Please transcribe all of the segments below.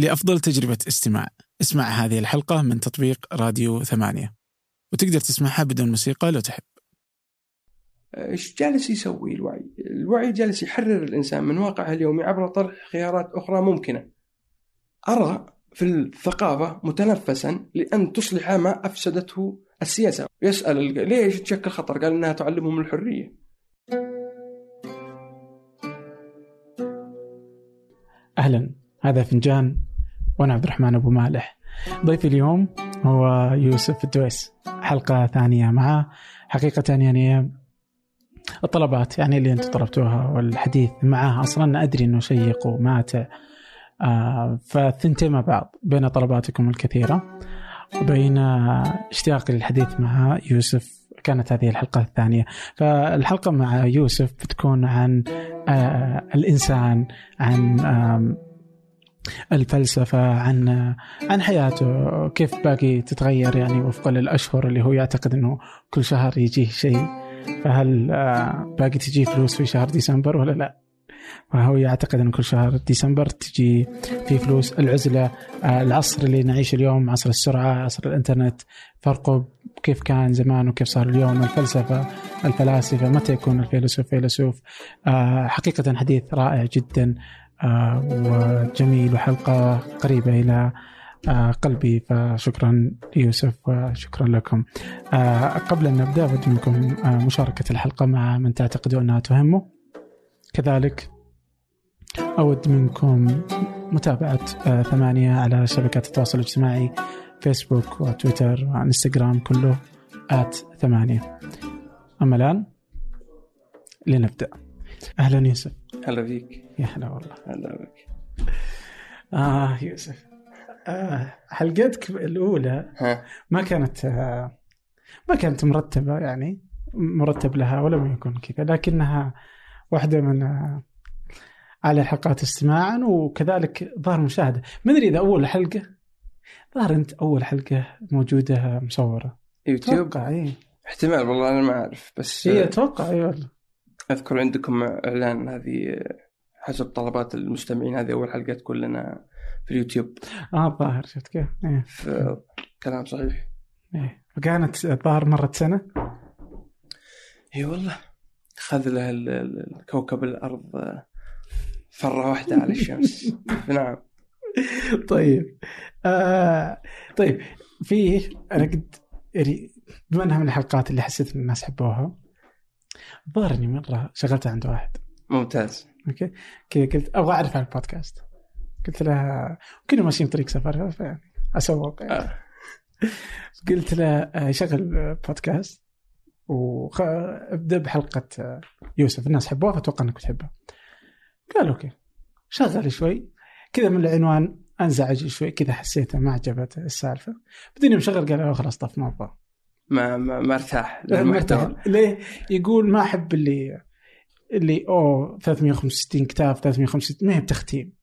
لأفضل تجربة استماع. اسمع هذه الحلقة من تطبيق راديو 8، وتقدر تسمعها بدون موسيقى لو تحب. إيش جالس يسوي الوعي؟ الوعي جالس يحرر الإنسان من واقعه اليومي عبر طرح خيارات أخرى ممكنة. أرى في الثقافة متنفسا لأن تصلح ما أفسدته السياسة. يسأل ليش تشكل خطر؟ قال إنها تعلمهم الحرية. أهلا، هذا فنجان وأنا عبد الرحمن أبو مالح. ضيفي اليوم هو يوسف الدويس، حلقة ثانية معه. حقيقة يعني الطلبات يعني اللي أنت طلبتوها والحديث معه أصلا أدري أنه شيق وماتع، فالثنتين مع بعض بين طلباتكم الكثيرة وبين اشتياقي للحديث مع يوسف كانت هذه الحلقة الثانية. فالحلقة مع يوسف بتكون عن الإنسان، عن الفلسفة، عن حياته، كيف باقي تتغير يعني وفق الأشهر اللي هو يعتقد أنه كل شهر يجيه شيء. فهل باقي تجي فلوس في شهر ديسمبر ولا لا؟ وهو يعتقد أن كل شهر ديسمبر تجي في فلوس. العزلة، العصر اللي نعيش اليوم، عصر السرعة، عصر الإنترنت، فرقه كيف كان زمان وكيف صار اليوم. الفلسفة، الفلاسفة، متى يكون الفيلسوف فيلسوف. حقيقة حديث رائع جدا وجميل وحلقة قريبة إلى قلبي، فشكرا يوسف وشكرا لكم. قبل أن نبدأ أود منكم مشاركة الحلقة مع من تعتقدوا أنها تهمه. كذلك أود منكم متابعة 8 على شبكات التواصل الاجتماعي، فيسبوك وتويتر وانستغرام، كله @8. أما الآن لنبدأ. أهلا يوسف. هلا فيك. يا هلا والله. هلا بك. يوسف، حلقتك الأولى ما كانت مرتبة، يعني مرتب لها ولم يكن كذا، لكنها واحدة من على حلقات استماعا وكذلك ظهر مشاهدة. ما أدري إذا أول حلقة ظهر أنت أول حلقة موجودة مصورة يوتيوب. احتمال والله أنا ما أعرف، بس هي أتوقع. أيوة، أذكر عندكم إعلان هذه حسب طلبات المستمعين، هذه أول حلقات كلنا في اليوتيوب. ظاهر شفت كيف. كلام صحيح. فكانت ظهر مرة سنة. والله خذ له الكوكب الأرض فرة واحدة على الشمس. نعم. طيب طيب، فيه أنا قد بما أنها من الحلقات اللي حسيت إن الناس حبوها، ظهرني مرة شغلت عند واحد ممتاز. أوكي كذا، قلت أبغى أعرف عن البودكاست. قلت له كنا ماشيين طريق سفر فيعني أسوق قلت له شغل بودكاست وابدأ بحلقة يوسف، الناس حبوها فتوقع أنك تحبها. قال أوكي، شغل شوي كذا من العنوان أنزعج شوي كذا، حسيته ما عجبت السالفة. بديني مشغل قال خلاص طف ما أبغى، ما ارتاح. ليه؟ يقول ما أحب اللي 365 كتاب 365 ما هي بتختيم.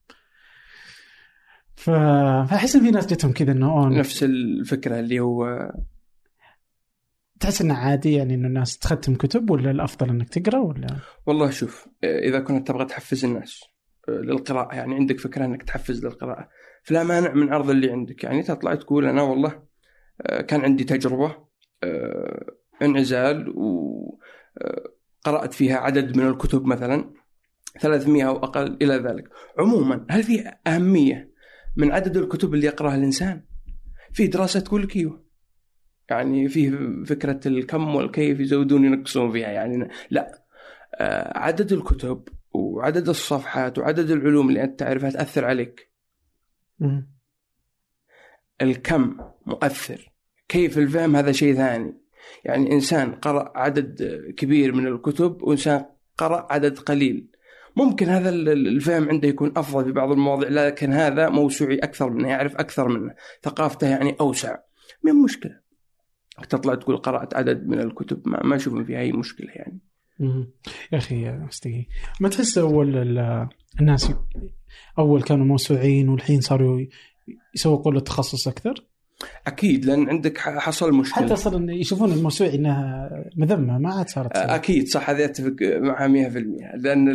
فأحس إن في ناس جتهم كذا إنه نفس الفكرة اللي هو تحس إنه عادي، يعني إنه الناس تختم كتب، ولا الأفضل إنك تقرأ ولا؟ والله شوف، إذا كنت تبغى تحفز الناس للقراءة، يعني عندك فكرة إنك تحفز للقراءة، فلا مانع من عرض اللي عندك. يعني تطلع تقول أنا والله كان عندي تجربة انعزال وقرأت فيها عدد من الكتب مثلا 300 أو أقل إلى ذلك. عموما هل في أهمية من عدد الكتب اللي يقرأها الإنسان؟ في دراسة تقول لك ايوه، يعني في فكرة الكم والكيف يزودون ينقصون فيها، يعني لا، عدد الكتب وعدد الصفحات وعدد العلوم اللي أنت تعرفها تأثر عليك. الكم مؤثر، كيف الفهم هذا شيء ثاني. يعني إنسان قرأ عدد كبير من الكتب وإنسان قرأ عدد قليل، ممكن هذا الفهم عنده يكون أفضل في بعض المواضيع، لكن هذا موسوعي أكثر منه، يعرف أكثر منه، ثقافته يعني أوسع. من مشكلة تطلع تقول قرأت عدد من الكتب، ما أشوف فيها أي مشكلة يعني. يا أخي مستحيل. ما تحس أول الناس أول كانوا موسوعين والحين صاروا يسوقوا للتخصص أكثر؟ أكيد، لأن عندك حصل مشكلة. حتى صار إن يشوفون الموسوعي إنها مذمة، ما عاد صارت أكيد صح، هذا أتفق معها 100%. لأن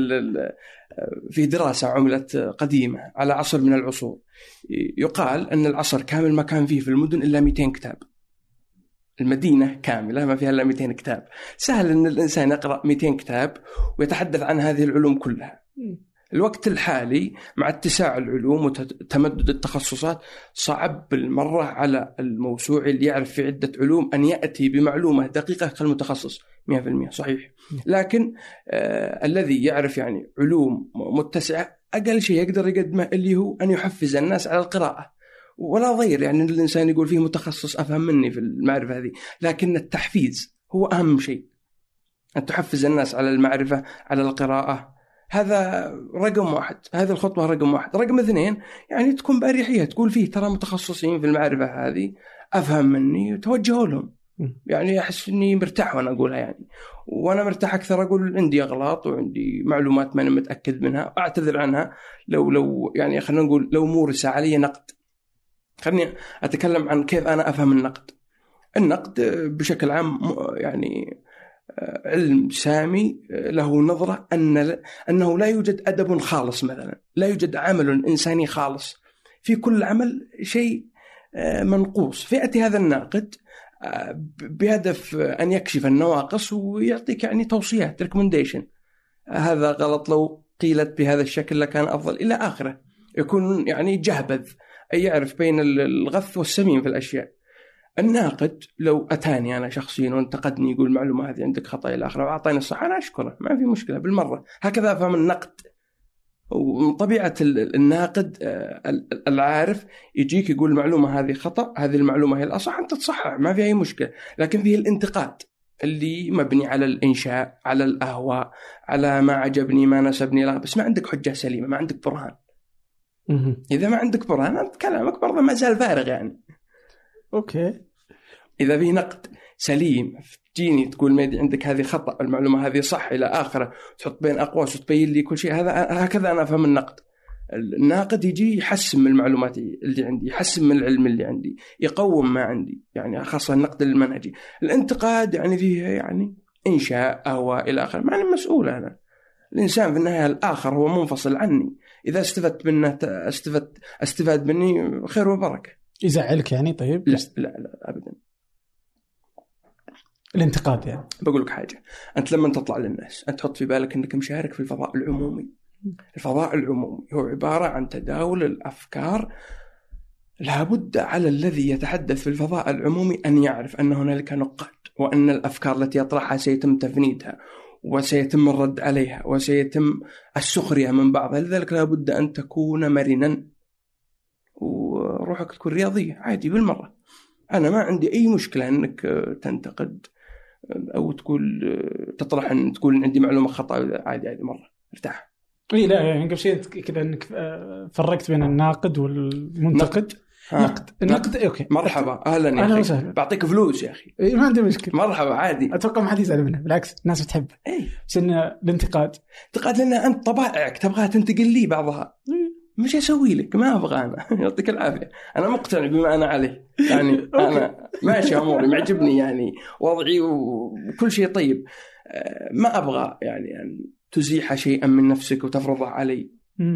في دراسة عملت قديمة على عصر من العصور، يقال أن العصر كامل ما كان فيه في المدن إلا 200 كتاب. المدينة كاملة ما فيها إلا 200 كتاب. سهل أن الإنسان يقرأ 200 كتاب ويتحدث عن هذه العلوم كلها. الوقت الحالي مع اتساع العلوم وتمدد التخصصات صعب بالمرة على الموسوعي اللي يعرف في عدة علوم أن يأتي بمعلومة دقيقة كالمتخصص 100%. صحيح. لكن الذي يعرف يعني علوم متسعة أقل شيء يقدر يقدمه اللي هو أن يحفز الناس على القراءة. ولا ضير يعني الإنسان يقول فيه متخصص أفهم مني في المعرفة هذه، لكن التحفيز هو أهم شيء، أن تحفز الناس على المعرفة على القراءة. هذا رقم واحد، هذه الخطوة رقم واحد. رقم اثنين يعني تكون بأريحية، تقول فيه ترى متخصصين في المعرفة هذه أفهم مني، توجهوا لهم. يعني أحس إني مرتاح وأنا أقولها يعني، وأنا مرتاح أكثر أقول عندي أغلاط وعندي معلومات ما أنا متأكد منها أعتذر عنها. لو يعني خلينا نقول لو مورس علي نقد، خليني أتكلم عن كيف أنا أفهم النقد. النقد بشكل عام يعني علم سامي له نظرة أنه لا يوجد أدب خالص مثلا، لا يوجد عمل إنساني خالص، في كل عمل شيء منقوص. فيأتي هذا الناقد بهدف أن يكشف النواقص ويعطيك يعني توصيات recommendation، هذا غلط، لو قيلت بهذا الشكل لكان أفضل إلى آخره. يكون يعني جهبذ، أي يعرف بين الغث والسمين في الأشياء. الناقد لو أتاني أنا شخصيا وانتقدني يقول معلومة هذه عندك خطأ إلى آخره وأعطاني الصح، أنا أشكره ما في مشكلة بالمرة. هكذا أفهم النقد. وطبيعة الناقد العارف يجيك يقول المعلومة هذه خطأ، هذه المعلومة هي الأصح، أنت تصحح ما في أي مشكلة. لكن فيه الانتقاد اللي مبني على الإنشاء، على الأهواء، على ما عجبني ما نسبني لا، بس ما عندك حجة سليمة، ما عندك برهان. إذا ما عندك برهان أنت كلامك برضه ما زال فارغ يعني. أوكي. إذا في نقد سليم تجيني تقول ميدي عندك هذه خطأ، المعلومة هذه صح إلى آخره، تحط بين أقواس وتبين لي كل شيء، هكذا أنا أفهم النقد. الناقد يجي يحسن من المعلومات اللي عندي، يحسن من العلم اللي عندي، يقوم ما عندي، يعني خاصة النقد المنهجي. الانتقاد يعني فيه يعني إنشاء أو إلى آخره، معني مسؤول أنا. الإنسان في النهاية الآخر هو منفصل عني، إذا استفدت منه استفاد مني خير وبركة. يزعلك يعني؟ طيب لا أبدا. الانتقاد يعني بقول لك حاجة، أنت لما تطلع للناس أنت تحط في بالك أنك مشارك في الفضاء العمومي. الفضاء العمومي هو عبارة عن تداول الأفكار. لابد على الذي يتحدث في الفضاء العمومي أن يعرف أن هنالك نقاد، وأن الأفكار التي يطرحها سيتم تفنيدها وسيتم الرد عليها وسيتم السخرية من بعضها. لذلك لابد أن تكون مرنا وروحك تكون رياضية عادي بالمرة. أنا ما عندي أي مشكلة أنك تنتقد أو تقول تطرح أن تقول عندي معلومة خطأ، عادي مرة ارتاح. إيه لا يعني قبل شيء كذا أنك فرقت بين الناقد والمنتقد. نقد أوكي مرحبا أهلا وسهلا، بعطيك فلوس يا أخي. إيه ما عندي مشكلة، مرحبا عادي. أتوقع ما حد يزعل منه، بالعكس الناس بتحبه. إيه بس إن الانتقاد لأن أنت طبائعك تبغى تنتقل لي بعضها. مش أسوي لك، ما أبغى أنا. يعطيك العافية، أنا مقتنع بما أنا عليه يعني. أنا ماشي أموري معجبني يعني وضعي وكل شيء طيب. ما أبغى يعني أن تزيح شيئا من نفسك وتفرضه علي.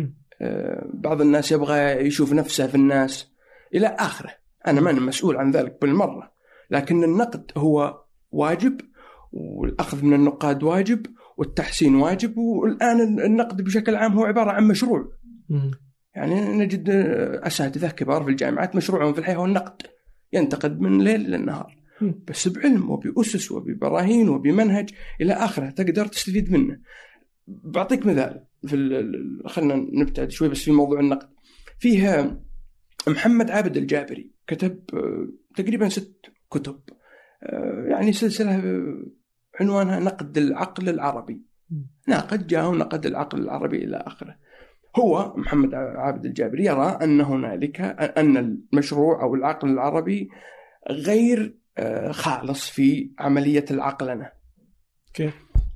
بعض الناس يبغى يشوف نفسه في الناس إلى آخره. أنا ما أنا مسؤول عن ذلك بالمرة، لكن النقد هو واجب، والأخذ من النقاد واجب، والتحسين واجب. والآن النقد بشكل عام هو عبارة عن مشروع. يعني نجد أساتذة كبار في الجامعات مشروعهم في الحياة هو النقد، ينتقد من الليل للنهار، بس بعلم وبأسس وببراهين وبمنهج إلى آخره تقدر تستفيد منه. بعطيك مثال خلنا نبتعد شوي بس في موضوع النقد. فيها محمد عابد الجابري كتب تقريبا 6 كتب، يعني سلسلة عنوانها نقد العقل العربي. ناقد جاء ونقد العقل العربي إلى آخره. هو محمد عابد الجابري يرى أن هنالك أن المشروع أو العقل العربي غير خالص في عملية العقلنة. كيف؟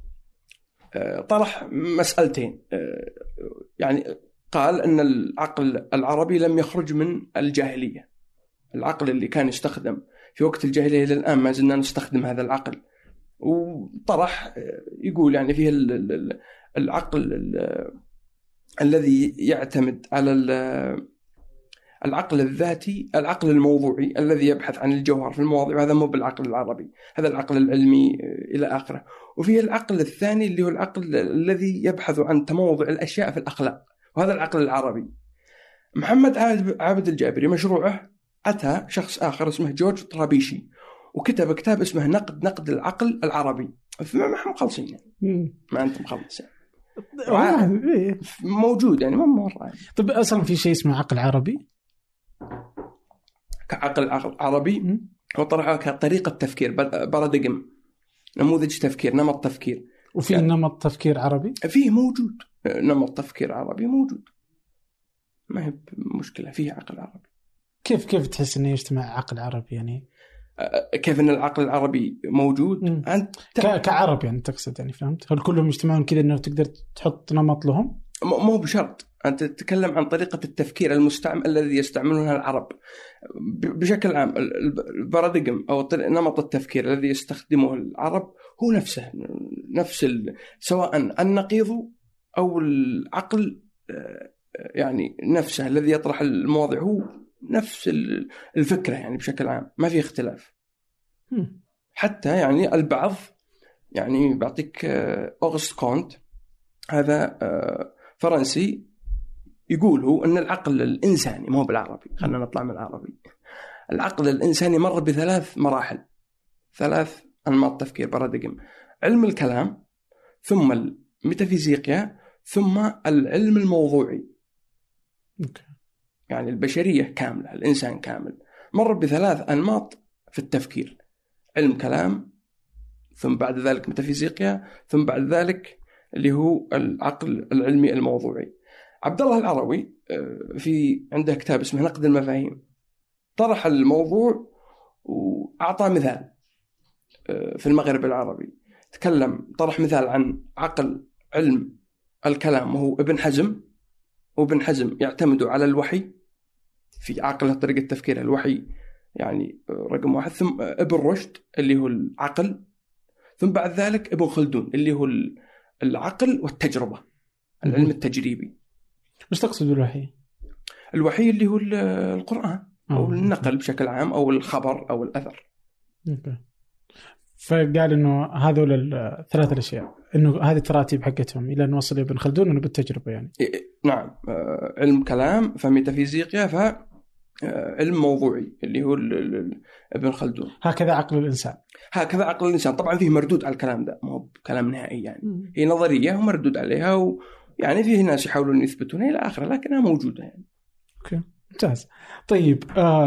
طرح مسألتين. يعني قال أن العقل العربي لم يخرج من الجاهلية، العقل اللي كان يستخدم في وقت الجاهلية إلى الآن ما زلنا نستخدم هذا العقل. وطرح يقول يعني فيه العقل الذي يعتمد على العقل الذاتي، العقل الموضوعي الذي يبحث عن الجوهر في المواضيع، وهذا مو بالعقل العربي، هذا العقل العلمي إلى آخره. وفيه العقل الثاني اللي هو العقل الذي يبحث عن تموضع الأشياء في الأخلاق، وهذا العقل العربي. محمد عابد الجابري مشروعه أتى شخص آخر اسمه جورج طرابيشي وكتب كتاب اسمه نقد العقل العربي. ما احنا مخلصين يعني. ما أنت مخلص يعني. موجود يعني ما مرة يعني. طب أصلا في شيء اسمه عقل عربي؟ كعقل عربي وطرحه كطريقة تفكير، باراديجم، نموذج تفكير، نمط تفكير. وفي يعني نمط تفكير عربي؟ فيه موجود نمط تفكير عربي موجود، ما هي مشكلة، فيه عقل عربي. كيف تحس إنه يجتمع عقل عربي يعني؟ كيف إن العقل العربي موجود؟ كعرب يعني تقصد يعني، فهمت؟ هل كلهم يجتمعون كذا إنه تقدر تحط نمط لهم؟ مو بشرط. أنت تتكلم عن طريقة التفكير المستعمل الذي يستعملونها العرب بشكل عام. الباراديجم أو نمط التفكير الذي يستخدمه العرب هو نفس سواء النقيض أو العقل يعني نفسه الذي يطرح المواضيع هو نفس الفكرة يعني بشكل عام، ما في اختلاف. حتى يعني البعض يعني بعطيك أوغست كونت، هذا فرنسي، يقول هو أن العقل الإنساني، مو بالعربي، خلنا نطلع من العربي، العقل الإنساني مر بثلاث مراحل، 3 أنماط تفكير باراديجم: علم الكلام، ثم الميتافيزيقيا، ثم العلم الموضوعي. يعني البشرية كاملة، الإنسان كامل مر ب3 أنماط في التفكير: علم كلام، ثم بعد ذلك ميتافيزيقيا، ثم بعد ذلك اللي هو العقل العلمي الموضوعي. عبد الله العروي في عنده كتاب اسمه نقد المفاهيم، طرح الموضوع وأعطى مثال في المغرب العربي. طرح مثال عن عقل علم الكلام وهو ابن حزم، وابن حزم يعتمد على الوحي في عقله، طريقة تفكيره الوحي يعني رقم 1، ثم ابن رشد اللي هو العقل، ثم بعد ذلك ابن خلدون اللي هو العقل والتجربة، العلم التجريبي. مش تقصد بالوحي؟ الوحي اللي هو القرآن أو النقل بشكل عام أو الخبر أو الأثر. فقال إنه هذول 3 الأشياء، إنه هذه التراتيب حقتهم إلى أن نوصل ابن خلدون إنه بالتجربة يعني. نعم، علم كلام، فميتافيزيقيا، فعلم موضوعي اللي هو ابن خلدون. هكذا عقل الإنسان. هكذا عقل الإنسان. طبعا فيه مردود على الكلام ده، مو كلام نهائي يعني. هي نظرية ومردود عليها، ويعني فيه ناس يحاولون يثبتونها إلى آخره، لكنها موجودة يعني. أوكي، ممتاز. طيب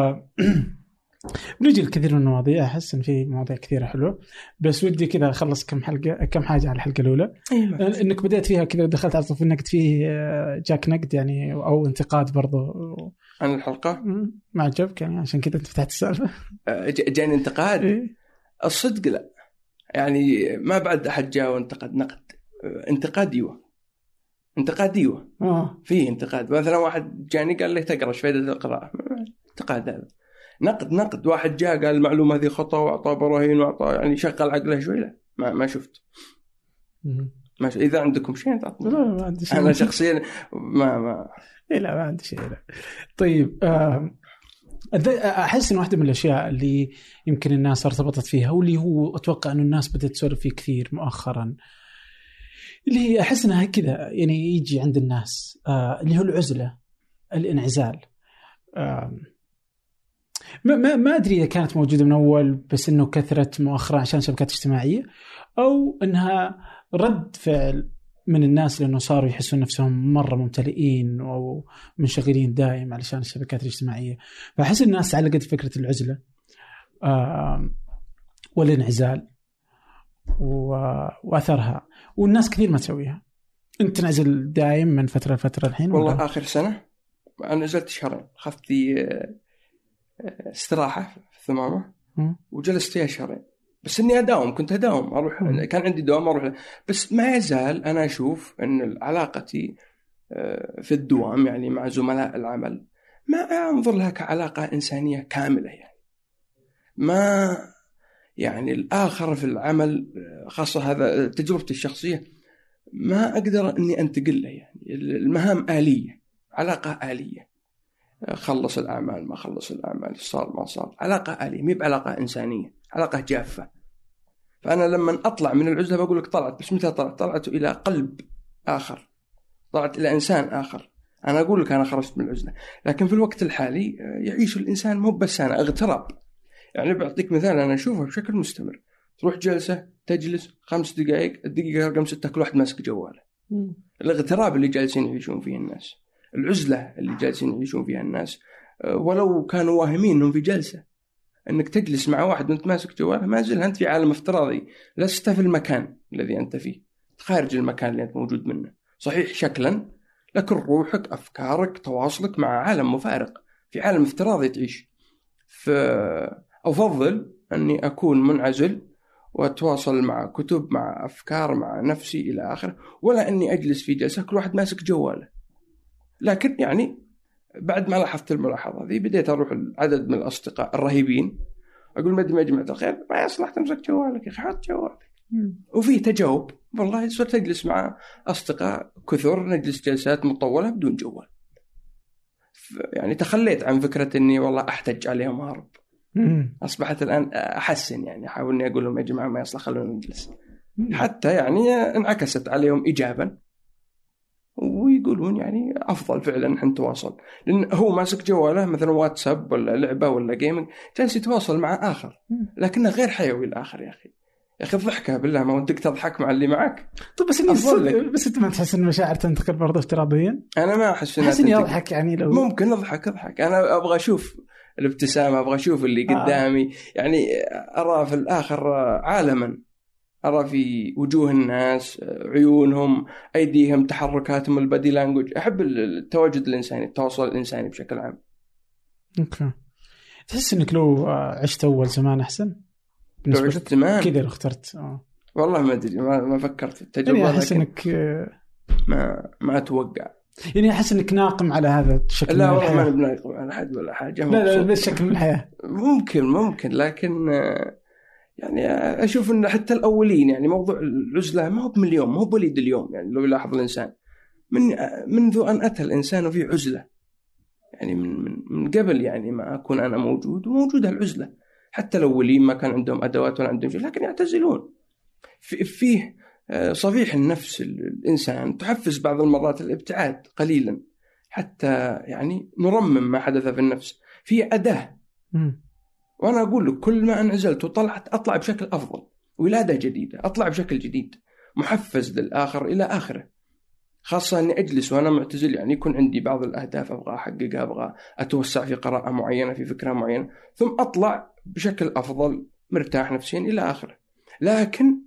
بنجي الكثير من المواضيع، أحس إن في مواضيع كثيرة حلوة، بس ودي كذا أخلص كم حاجة على الحلقة الأولى. إنك بدأت فيها كذا ودخلت على طول في النقد، فيه جاك نقد يعني أو انتقاد برضو عن الحلقة، ما عجبك يعني، عشان كذا أنت فتحت السالفة. جاني انتقاد؟ إيه؟ الصدق لا يعني، ما بعد أحد جاء وانتقد نقد. انتقاد ديوة. فيه انتقاد، مثلا واحد جاني قال لي تقرأ ايش فائدة القراءة، انتقاد هذا. نقد واحد جاء قال المعلومة هذه خطأ وأعطى براهين وأعطى يعني شغل عقله شوي، لا ما شفت. إذا عندكم شيء تعطوني. لا ما عندي شيء. أنا شخصيا ما إيه، لا ما عندي شيء. لا. طيب أحس إن واحدة من الأشياء اللي يمكن الناس ارتبطت فيها، واللي هو أتوقع إنه الناس بدأت تسولف فيه كثير مؤخرا، اللي هي أحس إنها كذا يعني يجي عند الناس اللي هو العزلة، الانعزال. ما أدري إذا كانت موجودة من أول، بس إنه كثرت مؤخرا عشان شبكات اجتماعية، أو إنها رد فعل من الناس لأنه صاروا يحسون نفسهم مرة ممتلئين أو منشغلين دائم علشان الشبكات الاجتماعية. فأحس الناس علقت فكرة العزلة والانعزال وأثرها، والناس كثير ما تسويها. أنت تنعزل دائم من فترة لفترة الحين؟ والله آخر سنة أنا نزلت شهرين، أخذت لي استراحة في الثمامة وجلست فيها شهرين، بس إني كنت أداوم أروح، كان عندي دوام أروح، بس ما يزال أنا أشوف أن علاقتي في الدوام يعني مع زملاء العمل ما أنظر لها كعلاقة إنسانية كاملة يعني. ما يعني الآخر في العمل، خاصة هذا تجربتي الشخصية، ما أقدر أني أنتقل له يعني. المهام آلية، علاقة آلية، خلص الأعمال ما خلص الأعمال، صار ما صار، علاقة آلية، مي بعلاقة إنسانية، علاقة جافة. فأنا لما أطلع من العزلة بقول لك طلعت، بس متى طلعت إلى قلب آخر، طلعت إلى إنسان آخر. أنا أقول لك أنا خرجت من العزلة. لكن في الوقت الحالي يعيش الإنسان مو بس أنا اغتراب. يعني بعطيك مثال أنا أشوفه بشكل مستمر، تروح جلسة تجلس 5 دقائق، الدقيقة رقم 6 كل واحد ماسك جواله. الاغتراب اللي جالسين يعيشون فيه الناس، العزلة اللي جالسين يعيشون فيها الناس، ولو كانوا واهمين أنهم في جلسة، أنك تجلس مع واحد وأنت ماسك جواله، ما زال أنت في عالم افتراضي، لست في المكان الذي أنت فيه، خارج المكان اللي أنت موجود منه. صحيح شكلا، لكن روحك، أفكارك، تواصلك مع عالم مفارق، في عالم افتراضي تعيش. فأفضل أني أكون منعزل وأتواصل مع كتب، مع أفكار، مع نفسي إلى آخره، ولا أني أجلس في جلسة كل واحد ماسك جواله. لكن يعني بعد ما لاحظت الملاحظة هذه بديت أروح العدد من الأصدقاء الرهيبين أقول ما دام يا جماعة الخير ما يصلح تمسك جوالك يا أخي، حط جوالك. وفي تجاوب، والله صرت أجلس مع أصدقاء كثر، نجلس جلسات مطولة بدون جوال. يعني تخليت عن فكرة أني والله أحتج عليهم هارب. أصبحت الآن أحسن، يعني أحاول أني أقول لهم يا جماعة ما يصلح خلونا نجلس، حتى يعني انعكست عليهم إيجابا، ويقولون يعني أفضل فعلا نحن نتواصل. لأن هو ماسك جواله مثلا واتساب ولا لعبة ولا جيمنج، جالس يتواصل مع آخر لكنه غير حيوي الآخر. يا أخي الضحكة بالله، ما ودك تضحك مع اللي معك؟ طب بس أنت ما تحس إن المشاعر تنتقل برضه افتراضيا؟ أنا ما أحس إني أضحك يعني، لو ممكن أضحك أنا أبغى أشوف الابتسامة، أبغى أشوف اللي قدامي. يعني أرى في الآخر عالما، أرى في وجوه الناس، عيونهم، أيديهم، تحركاتهم، البادي لانجوج. أحب التواجد الإنساني، التواصل الإنساني بشكل عام. أوكي. تحس إنك لو عشت أول زمان أحسن؟ لو عشت زمان كذا لو اخترت والله ما أدري، ما فكرت في التجربة. يعني أحس إنك ما أتوقع، يعني أحس إنك ناقم على هذا الشكل. لا والله ما بناقم على حد ولا حاجة. لا بالشكل من الحياة ممكن لكن يعني أشوف إن حتى الأولين، يعني موضوع العزلة ما هو من اليوم، ما هو بوليد اليوم. يعني لو يلاحظ الإنسان منذ أن أتى الإنسان في عزلة، يعني من قبل يعني ما أكون أنا موجود وموجودة العزلة. حتى الأولين ما كان عندهم أدوات ولا عندهم شيء، لكن يعتزلون. فيه صفيح النفس الإنسان تحفز بعض المرات الابتعاد قليلا، حتى يعني نرمم ما حدث في النفس. في أداة. وأنا أقول لك كل ما انعزلت وطلعت أطلع بشكل أفضل، ولادة جديدة، أطلع بشكل جديد محفز للآخر إلى آخره. خاصة أني أجلس وأنا معتزل، يعني يكون عندي بعض الأهداف أبغى أحققها، أبغى أتوسع في قراءة معينة، في فكرة معينة، ثم أطلع بشكل أفضل مرتاح نفسيا إلى آخره. لكن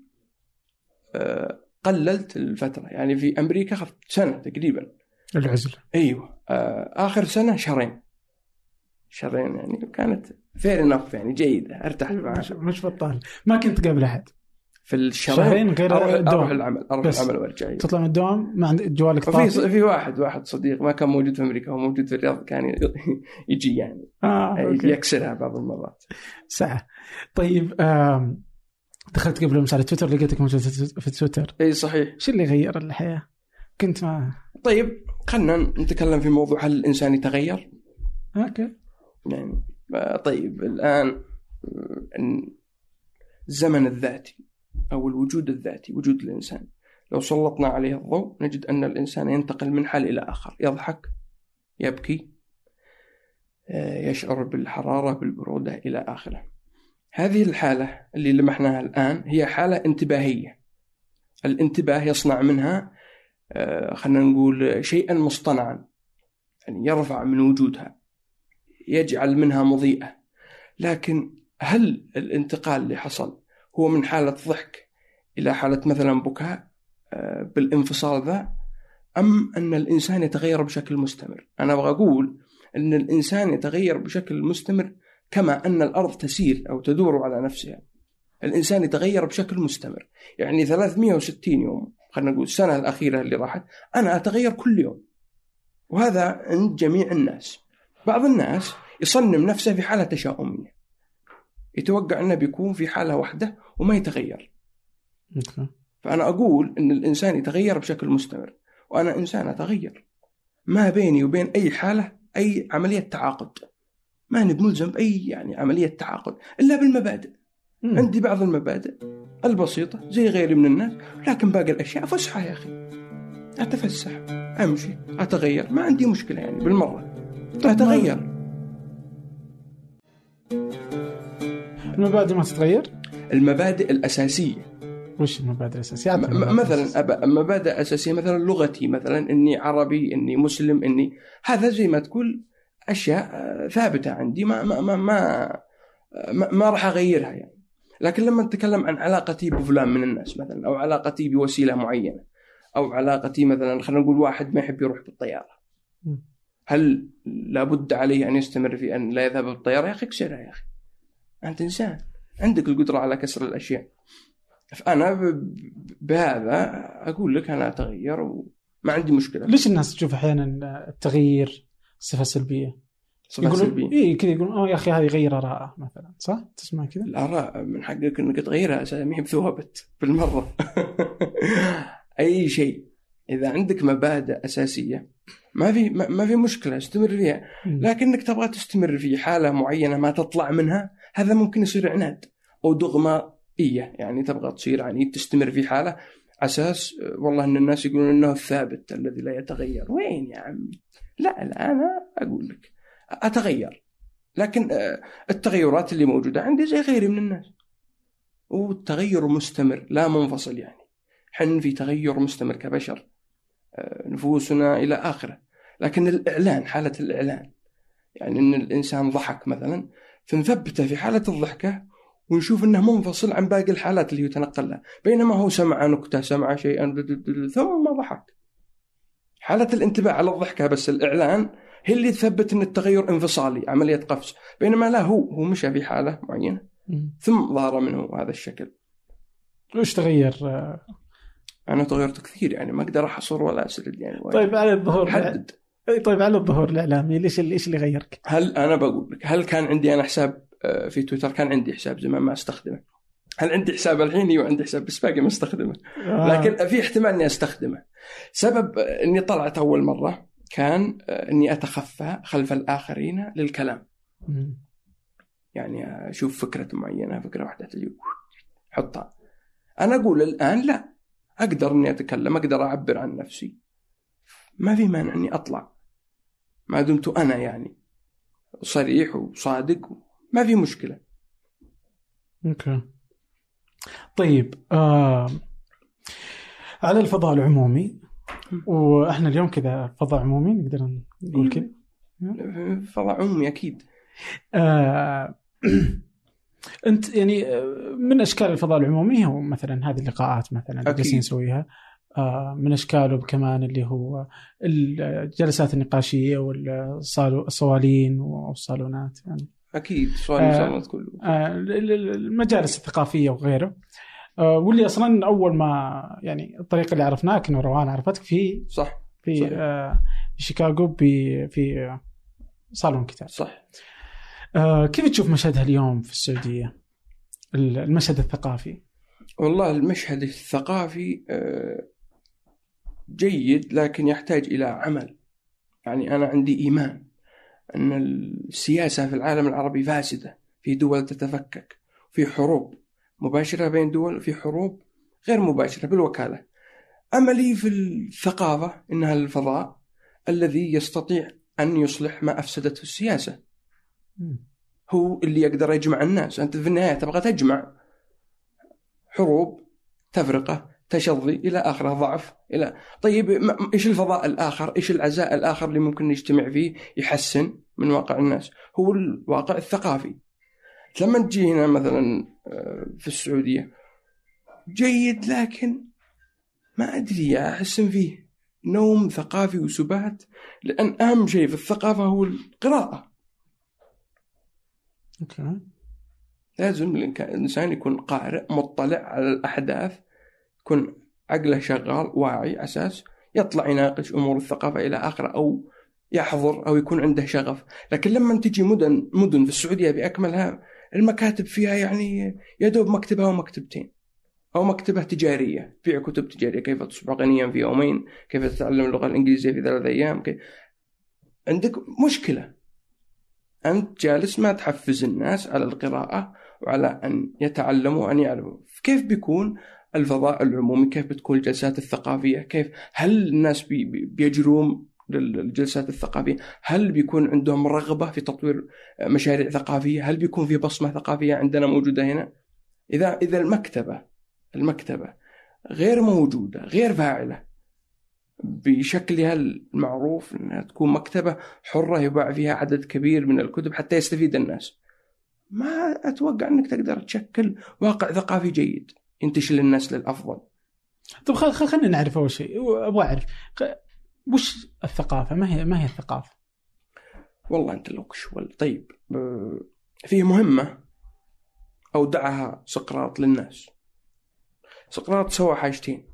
قللت الفترة. يعني في أمريكا أخذت سنة تقريبا العزلة. أيوة، آخر سنة شهرين يعني كانت fair enough، يعني جيدة، أرتاح معها، مش بطال. ما كنت قبل أحد في الشهرين غير أروح العمل وأرجع. تطلع من الدوام ما عند جوالك طافي. في واحد صديق ما كان موجود في أمريكا، هو موجود في الرياض، كان يجي يعني يكسرها بعض المرات ساعة. طيب دخلت قبل على تويتر، لقيتك موجود في تويتر. أي صحيح. شو اللي غير الحياة؟ كنت ما طيب خلنا نتكلم في موضوع هل الإنسان يتغير؟ أوكي. يعني طيب الآن الزمن الذاتي أو الوجود الذاتي، وجود الإنسان، لو سلطنا عليه الضوء نجد أن الإنسان ينتقل من حال إلى آخر، يضحك، يبكي، يشعر بالحرارة، بالبرودة إلى آخره. هذه الحالة اللي لمحناها الآن هي حالة انتباهية. الانتباه يصنع منها خلنا نقول شيئا مصطنعا، يعني يرفع من وجودها، يجعل منها مضيئة. لكن هل الانتقال اللي حصل هو من حالة ضحك إلى حالة مثلا بكاء بالانفصال ذا، أم أن الإنسان يتغير بشكل مستمر؟ أنا أبغى أقول أن الإنسان يتغير بشكل مستمر كما أن الأرض تسير أو تدور على نفسها. الإنسان يتغير بشكل مستمر. يعني 360 يوم، خلنا نقول السنة الأخيرة اللي راحت، أنا أتغير كل يوم، وهذا عند جميع الناس. بعض الناس يصنم نفسه في حالة تشاؤمية، يتوقع أنه بيكون في حالة واحدة وما يتغير. فأنا أقول أن الإنسان يتغير بشكل مستمر، وأنا إنسان أتغير، ما بيني وبين أي حالة أي عملية تعاقد، ما نبي ملزم بأي يعني عملية تعاقد إلا بالمبادئ. عندي بعض المبادئ البسيطة زي غيري من الناس، لكن باقي الأشياء فسحة يا أخي، أتفسح، أمشي، أتغير، ما عندي مشكلة يعني بالمرة، أتغير. المبادئ ما تتغير؟ المبادئ الأساسية. وش المبادئ الأساسية؟ مثلا مبادئ أساسية، مثلا لغتي، مثلا إني عربي، إني مسلم، إني هذا زي ما تقول أشياء ثابتة عندي، ما راح أغيرها يعني. لكن لما نتكلم عن علاقتي بفلان من الناس مثلا، أو علاقتي بوسيلة معينة، أو علاقتي مثلا خلينا نقول واحد ما يحب يروح بالطيارة، هل لابد عليه أن يستمر في أن لا يذهب بالطيارة؟ يا أخي اكسرها يا أخي، أنت إنسان عندك القدرة على كسر الأشياء. فأنا بهذا أقول لك أنا أتغير وما عندي مشكلة. ليش الناس تشوف أحيانا التغيير صفة سلبية؟ يقولون إيه كذا، يقولون يا أخي هذه غير آراء مثلا، صح؟ تسمع كذا؟ الآراء من حقك إنك تغيرها، سامي بثوابت بالمرة. أي شيء إذا عندك مبادئ أساسية ما في مشكلة، استمر فيها. لكنك تبغى تستمر في حالة معينة ما تطلع منها، هذا ممكن يصير عناد أو دغمائية، يعني تبغى تصير عنيد تستمر في حالة أساس والله إن الناس يقولون إنه الثابت الذي لا يتغير. وين يا عمي؟ لا أنا أقول لك أتغير، لكن التغيرات اللي موجودة عندي زي غيري من الناس، والتغير مستمر لا منفصل. يعني حن في تغير مستمر كبشر، نفوسنا إلى آخره. لكن الإعلان، حالة الإعلان، يعني إن الإنسان ضحك مثلا فنثبته في حالة الضحكة ونشوف أنه منفصل عن باقي الحالات اللي يتنقل لها، بينما هو سمع نكتة، سمع شيئا ثم ضحك. حالة الانتباه على الضحكة بس الإعلان هي اللي تثبت أن التغير انفصالي، عملية قفز، بينما لا، هو مشى في حالة معينة ثم ظهر منه هذا الشكل. وش تغير؟ أنا تغيرت كثير، يعني ما أقدر أحصر ولا أسرد يعني. طيب على الظهور حدد. طيب على الظهور الإعلامي ليش اللي غيرك؟ هل أنا بقول لك، هل كان عندي أنا حساب في تويتر؟ كان عندي حساب زمان ما أستخدمه. هل عندي حساب الحين؟ وعندي حساب بس باقي ما استخدمه. لكن في احتمال أني أستخدمه. سبب أني طلعت أول مرة كان أني أتخفى خلف الآخرين للكلام. يعني أشوف فكرة معينة، فكرة واحدة تجي حطها. أنا أقول الآن لا، أقدر أني أتكلم، أقدر أعبر عن نفسي، ما في مانع أني أطلع ما دمت أنا يعني صريح وصادق، ما في مشكلة. أوكي. طيب على الفضاء العمومي، وإحنا اليوم كذا فضاء عمومي نقدر نقول كذا. فضاء عمومي أكيد. أنت يعني من أشكال الفضاء العمومي هو مثلا هذه اللقاءات مثلا اللي جالسين نسويها، من أشكاله كمان اللي هو الجلسات النقاشية والصوالين والصالونات يعني. أكيد صالونات كله، المجالس الثقافية وغيره. واللي أصلا أول ما يعني الطريقة اللي عرفناك كنا روان عرفتك في صح في شيكاغو في صالون كتاب. صح. كيف تشوف مشهدها اليوم في السعودية، المشهد الثقافي؟ والله المشهد الثقافي جيد، لكن يحتاج إلى عمل. يعني أنا عندي إيمان أن السياسة في العالم العربي فاسدة، في دول تتفكك، في حروب مباشرة بين دول، وفي حروب غير مباشرة بالوكالة. أملي في الثقافة إنها الفضاء الذي يستطيع أن يصلح ما أفسدته السياسة، هو اللي يقدر يجمع الناس. أنت في النهاية تبغى تجمع، حروب، تفرقة، تشظي إلى آخره، ضعف إلى. طيب إيش الفضاء الآخر؟ إيش العزاء الآخر اللي ممكن نجتمع فيه يحسن من واقع الناس؟ هو الواقع الثقافي. لما نجي هنا مثلا في السعودية جيد، لكن ما أدري، أحس فيه نوم ثقافي وسبات، لأن أهم شيء في الثقافة هو القراءة. لازم الإنسان يكون قارئ، مطلع على الأحداث، يكون عقله شغال، واعي، أساس يطلع يناقش أمور الثقافة إلى آخره، أو يحضر أو يكون عنده شغف. لكن لما تجي مدن في السعودية بأكملها المكاتب فيها يعني يدوب مكتبة أو مكتبتين أو مكتبة تجارية، فيها كتب تجارية، كيف تصبح غنيا في يومين، كيف تتعلم اللغة الإنجليزية في 3 أيام. عندك مشكلة، أنت جالس ما تحفز الناس على القراءة وعلى أن يتعلموا وأن يعلموا. كيف بيكون الفضاء العمومي؟ كيف بتكون الجلسات الثقافية؟ كيف هل الناس بيجرون للجلسات الثقافية؟ هل بيكون عندهم رغبة في تطوير مشاريع ثقافية؟ هل بيكون في بصمة ثقافية عندنا موجودة هنا؟ إذا المكتبة غير موجودة، غير فاعلة بشكلها المعروف أنها تكون مكتبة حرة يباع فيها عدد كبير من الكتب حتى يستفيد الناس، ما أتوقع أنك تقدر تشكل واقع ثقافي جيد ينتشل للناس للأفضل. طب خلينا نعرف أول شيء، أبغى أعرف وش الثقافة؟ ما هي الثقافة؟ والله أنت لو كشول. طيب فيه مهمة أودعها سقراط للناس. سقراط سوى حاجتين: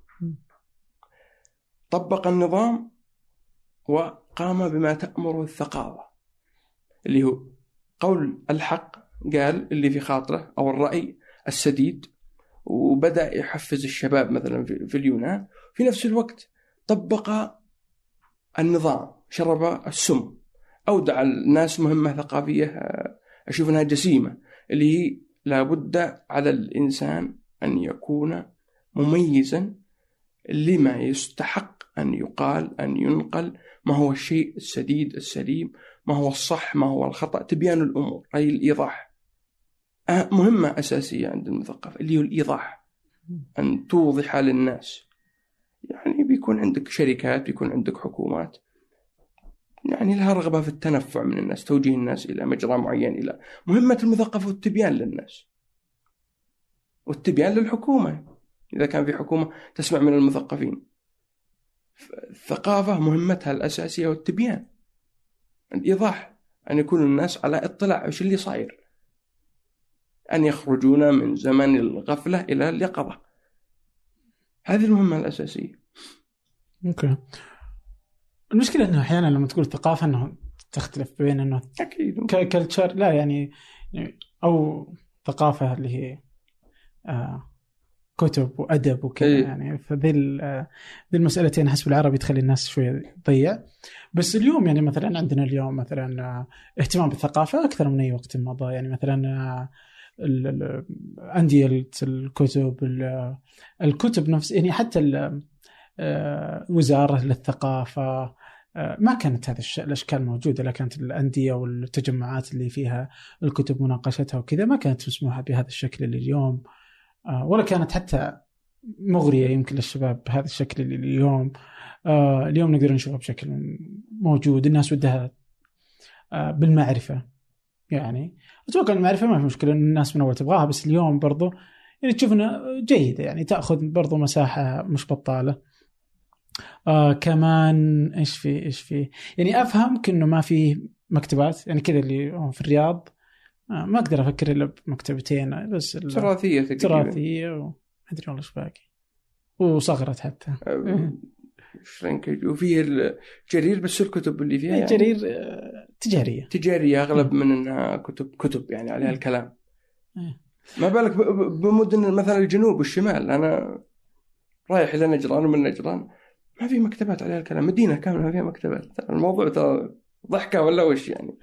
طبق النظام وقام بما تأمره الثقافة، اللي هو قول الحق، قال اللي في خاطره أو الرأي السديد، وبدأ يحفز الشباب مثلا في اليونان. في نفس الوقت طبق النظام، شرب السم، أودع الناس مهمة ثقافية أشوف أنها جسيمة، اللي هي لابد على الإنسان أن يكون مميزا لما يستحق أن يقال، أن ينقل، ما هو الشيء السديد السليم، ما هو الصح، ما هو الخطأ، تبيان الأمور، أي الإيضاح. مهمة أساسية عند المثقف اللي هو الإيضاح، أن توضح للناس. يعني بيكون عندك شركات، بيكون عندك حكومات يعني لها رغبة في التنفع من الناس، توجيه الناس إلى مجرى معين. إلى مهمة المثقف والتبيان للناس والتبيان للحكومة إذا كان في حكومة تسمع من المثقفين. الثقافة مهمتها الأساسية والتبيان، الإيضاح، أن يكون الناس على اطلاع وش اللي صاير، أن يخرجون من زمن الغفلة إلى اليقظة. هذه المهمة الأساسية. أوكي. المشكلة أنه أحيانا لما تقول ثقافة أنه تختلف بين أنه كالتشر، لا يعني أو ثقافة اللي هي كتب وأدب وكذا. يعني فذي المسألتين حسب العربي تخلي الناس شوية تضيع. بس اليوم يعني مثلا عندنا اليوم مثلا اهتمام بالثقافة أكثر من أي وقت مضى. يعني مثلا أندية الكتب نفس، يعني حتى وزارة للثقافة ما كانت هذه الأشكال موجودة، لا كانت الأندية والتجمعات اللي فيها الكتب مناقشتها وكذا ما كانت مسموحة بهذا الشكل اللي اليوم، ولا كانت حتى مغرية يمكن للشباب بهذا الشكل اللي اليوم. اليوم نقدر نشوفها بشكل موجود. الناس ودها بالمعرفة، يعني أتوقع المعرفة ما في مشكلة إن الناس من أول تبغاها، بس اليوم برضو يعني تشوفنا جيدة، يعني تأخذ برضو مساحة مش بطالة. كمان إيش في يعني أفهم كأنه ما في مكتبات يعني كذا اللي في الرياض. ما أقدر أفكر إلا بمكتبتين بس، تراثية وما أدري والله إيش باقي، وصغرت حتى شرينكج. وفيه الجرير، بس الكتب اللي فيها يعني جرير تجارية أغلب من إنها كتب يعني عليها الكلام. ما بالك بمدن مثلا الجنوب والشمال. أنا رايح إلى نجران، ومن نجران ما في مكتبات عليها الكلام. مدينة كاملة ما فيها مكتبات. الموضوع ترى ضحكة ولا وش يعني؟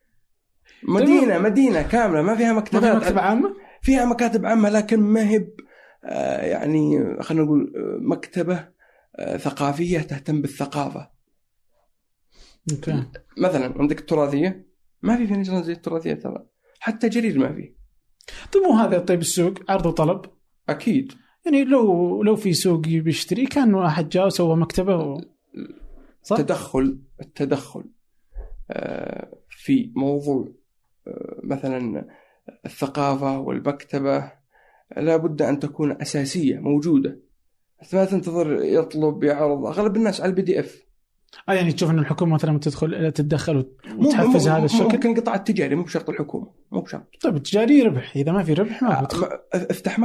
مدينة كاملة ما فيها مكتبات. مكتبة عامة فيها مكاتب عامة، لكن ما هي يعني خلينا نقول مكتبة ثقافية تهتم بالثقافة. مثلا عندك التراثية، ما في نجران زي التراثية ترى، حتى جرير ما في. طيب مو هذا طيب السوق عرض وطلب أكيد. يعني لو في سوق بيشتري كان واحد جاء وسوى مكتبة التدخل في موضوع مثلا الثقافة والمكتبة لابد أن تكون أساسية موجودة، ما تنتظر يطلب يعرض. أغلب الناس على الPDF. يعني تشوف أن الحكومة مثلا تتدخل وتحفز هذا الشكل. ممكن القطاع التجاري، مو بشرط الحكومة، مو بشرط. طيب التجاري ربح، إذا ما في ربح ما بدخل. افتح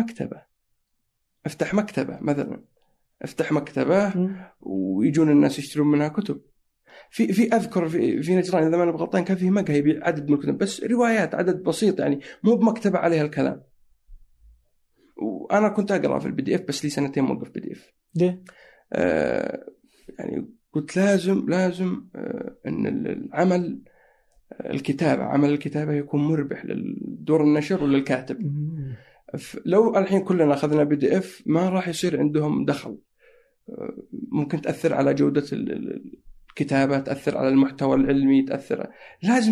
مكتبة مثلا، افتح مكتبة ويجون الناس يشترون منها كتب. في أذكر في نجران إذا ما أنا بغلطان كان فيه مقهى يبيع عدد من الكتب بس روايات عدد بسيط يعني مو بمكتبة عليها الكلام. وأنا كنت أقرأ في الPDF بس لي 2 موقف PDF. ليه؟ يعني قلت لازم أن العمل الكتابة عمل الكتابة يكون مربح للدور النشر وللكاتب. لو الحين كلنا أخذنا PDF ما راح يصير عندهم دخل، ممكن تأثر على جودة الكتابة، تأثر على المحتوى العلمي، تأثر. لازم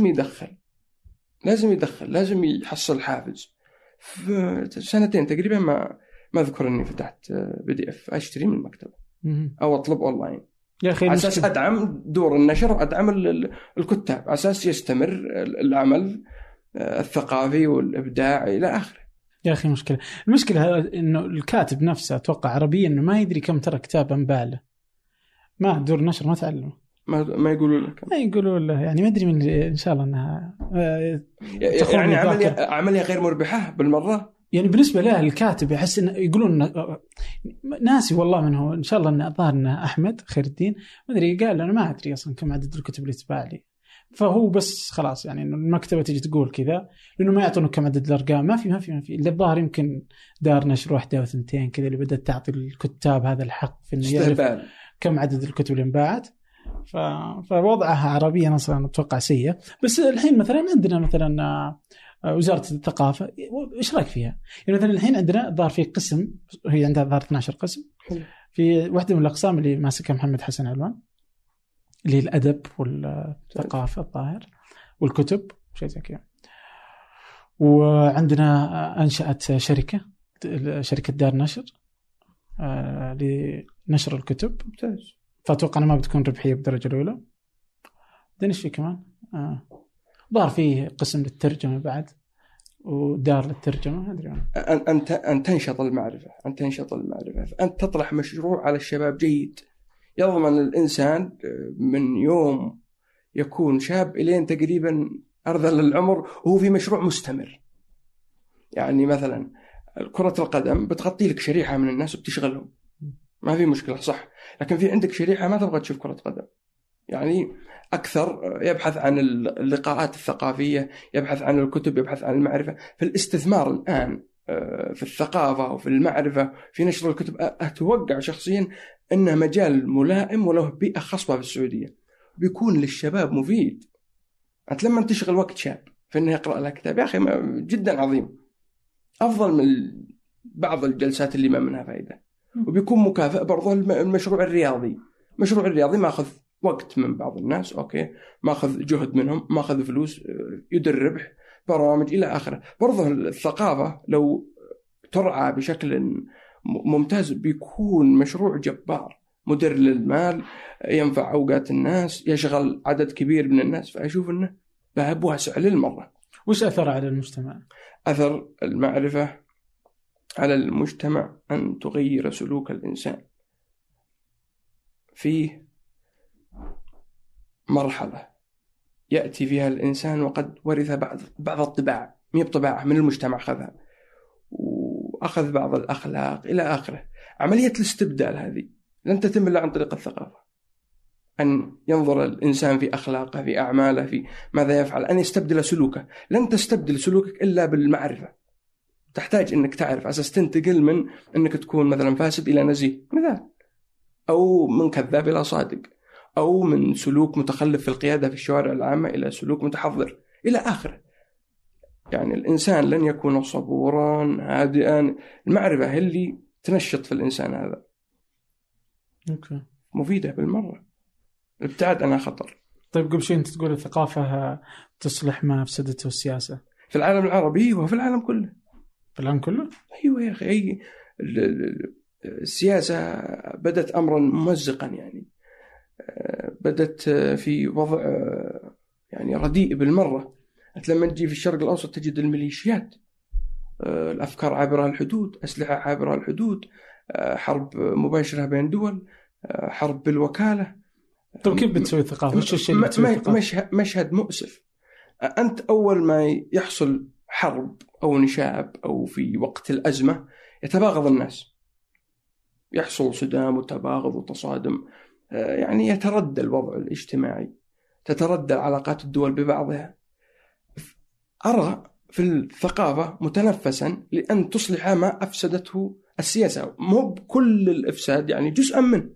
يدخل لازم يحصل حافز. في 2 تقريبا ما أذكر أني فتحت PDF أشتري من المكتبة أو أطلب أونلاين يا أخي، على أساس أدعم دور النشر وأدعم الكتاب، على أساس يستمر العمل الثقافي والإبداعي إلى آخره. يا أخي المشكلة إنه الكاتب نفسه أتوقع عربيا إنه ما يدري كم ترى كتاب أنباع له، ما دور نشر ما تعلمه، ما يقولوا له يعني ما أدري من إن شاء الله أنها يعني عملية غير مربحة بالمرة. يعني بالنسبة له الكاتب يحس إنه يقولون ناسي والله من هو، إن شاء الله إنه الظاهر إنه أحمد خير الدين ما أدري، قال أنا ما أدري أصلا كم عدد الكتب اللي تباع لي، فهو بس خلاص يعني إنه المكتبة تيجي تقول كذا لأنه ما يعطونه كم عدد الأرقام، ما في اللي الظاهر يمكن دار نشر 1 أو 2 كذا اللي بدأت تعطي الكتاب هذا الحق في إنه يعرف كم عدد الكتب اللي انباعت. فوضعها عربيا أصلا أتوقع سيء. بس الحين مثلا عندنا مثلا وزارة الثقافة، إيش رأيك فيها؟ يعني مثلا الحين عندنا ظهر في قسم، هي عندها ظهر 12 قسم في واحدة من الأقسام اللي ماسكها محمد حسن علوان اللي هي الأدب والثقافة الظاهر والكتب شيء زي كذا. وعندنا أنشأت شركة دار نشر لنشر الكتب، فأتوقع أنا ما بتكون ربحية بالدرجة الأولى. دنيش في كمان ظهر فيه قسم للترجمة بعد ودار للترجمة. أن تنشط المعرفة، أن تطرح مشروع على الشباب جيد يضمن الإنسان من يوم يكون شاب إلين تقريبا أرذل العمر وهو في مشروع مستمر. يعني مثلا كرة القدم بتغطي لك شريحة من الناس وبتشغلهم، ما في مشكلة صح، لكن في عندك شريحة ما تبغى تشوف كرة قدم، يعني أكثر يبحث عن اللقاءات الثقافية، يبحث عن الكتب، يبحث عن المعرفة. فالاستثمار الآن في الثقافة وفي المعرفة في نشر الكتب أتوقع شخصيا أنه مجال ملائم وله بيئة خصبة في السعودية، بيكون للشباب مفيد. أنت لما تشغل وقت شاب في أنه يقرأ له كتاب يا أخي جدا عظيم، أفضل من بعض الجلسات اللي ما منها فائدة، وبيكون مكافئ. برضو المشروع الرياضي ما أخذ وقت من بعض الناس، أوكي، ما أخذ جهد منهم، ما أخذ فلوس، يدر ربح، برامج إلى آخره. برضو الثقافة لو ترعى بشكل ممتاز بيكون مشروع جبار، مدر للمال، ينفع أوقات الناس، يشغل عدد كبير من الناس. فأشوف أنه باب واسع للمرة. وش أثر على المجتمع؟ أثر المعرفة على المجتمع أن تغير سلوك الإنسان. فيه مرحلة يأتي فيها الإنسان وقد ورث بعض الطباع، مية طباعة من المجتمع أخذها، وأخذ بعض الأخلاق إلى آخره. عملية الاستبدال هذه لن تتم إلا عن طريق الثقافة، أن ينظر الإنسان في أخلاقه، في أعماله، في ماذا يفعل، أن يستبدل سلوكه. لن تستبدل سلوكك إلا بالمعرفة. تحتاج أنك تعرف أساس تنتقل من أنك تكون مثلا فاسد إلى نزيه مثال، أو من كذاب إلى صادق، أو من سلوك متخلف في القيادة في الشوارع العامة إلى سلوك متحضر إلى آخره. يعني الإنسان لن يكون صبورا هادئا. المعرفة هي اللي تنشط في الإنسان هذا. مفيدة بالمرة، الابتعاد عنها خطر. طيب قبل شوي أنت تقول الثقافة تصلح ما أفسدته السياسة في العالم العربي وفي العالم كله. في العالم كله؟ أيوة يا أخي، السياسة بدت أمرا ممزقا، يعني بدت في وضع يعني رديء بالمرة. لما تجي في الشرق الأوسط تجد الميليشيات، الأفكار عابرة الحدود، أسلحة عابرة الحدود، حرب مباشرة بين دول، حرب بالوكالة. طيب كيف بتسوي الثقافة؟ وش الشيء اللي بتسوي الثقافة؟ مشهد مؤسف. أنت أول ما يحصل حرب أو نشاب أو في وقت الأزمة يتباغض الناس، يحصل صدام وتباغض وتصادم. يعني يتردى الوضع الاجتماعي، تتردى علاقات الدول ببعضها. أرى في الثقافة متنفسا لأن تصلح ما أفسدته السياسة، مو بكل الإفساد، يعني جزءا منه.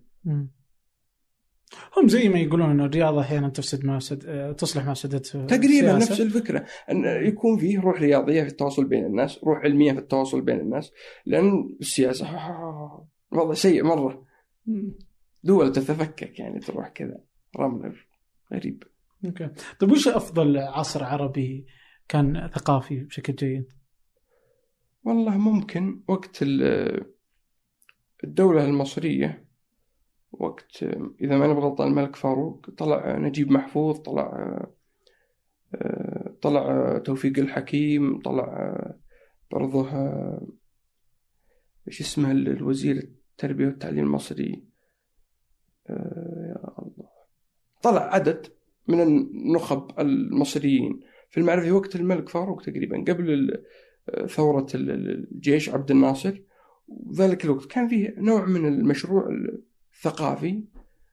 هم زي ما يقولون أن الرياضة أحيانا تفسد ما أفسد، تصلح ما أفسدته تقريبا نفس الفكرة، أن يكون فيه روح رياضية في التواصل بين الناس، روح علمية في التواصل بين الناس، لأن السياسة وضع سيء مرة، دول تتفكك يعني، تروح كذا رمل غريب. أوكي. طيب وش أفضل عصر عربي كان ثقافي بشكل جيد؟ والله ممكن وقت الدولة المصرية، وقت إذا ما نبغى الملك فاروق، طلع نجيب محفوظ، طلع توفيق الحكيم، طلع برضه إيش اسمه الوزير التربية والتعليم المصري، يا الله، طلع عدد من النخب المصريين في المعرفة في وقت الملك فاروق تقريبا، قبل ثورة الجيش عبد الناصر. وذلك الوقت كان فيه نوع من المشروع الثقافي،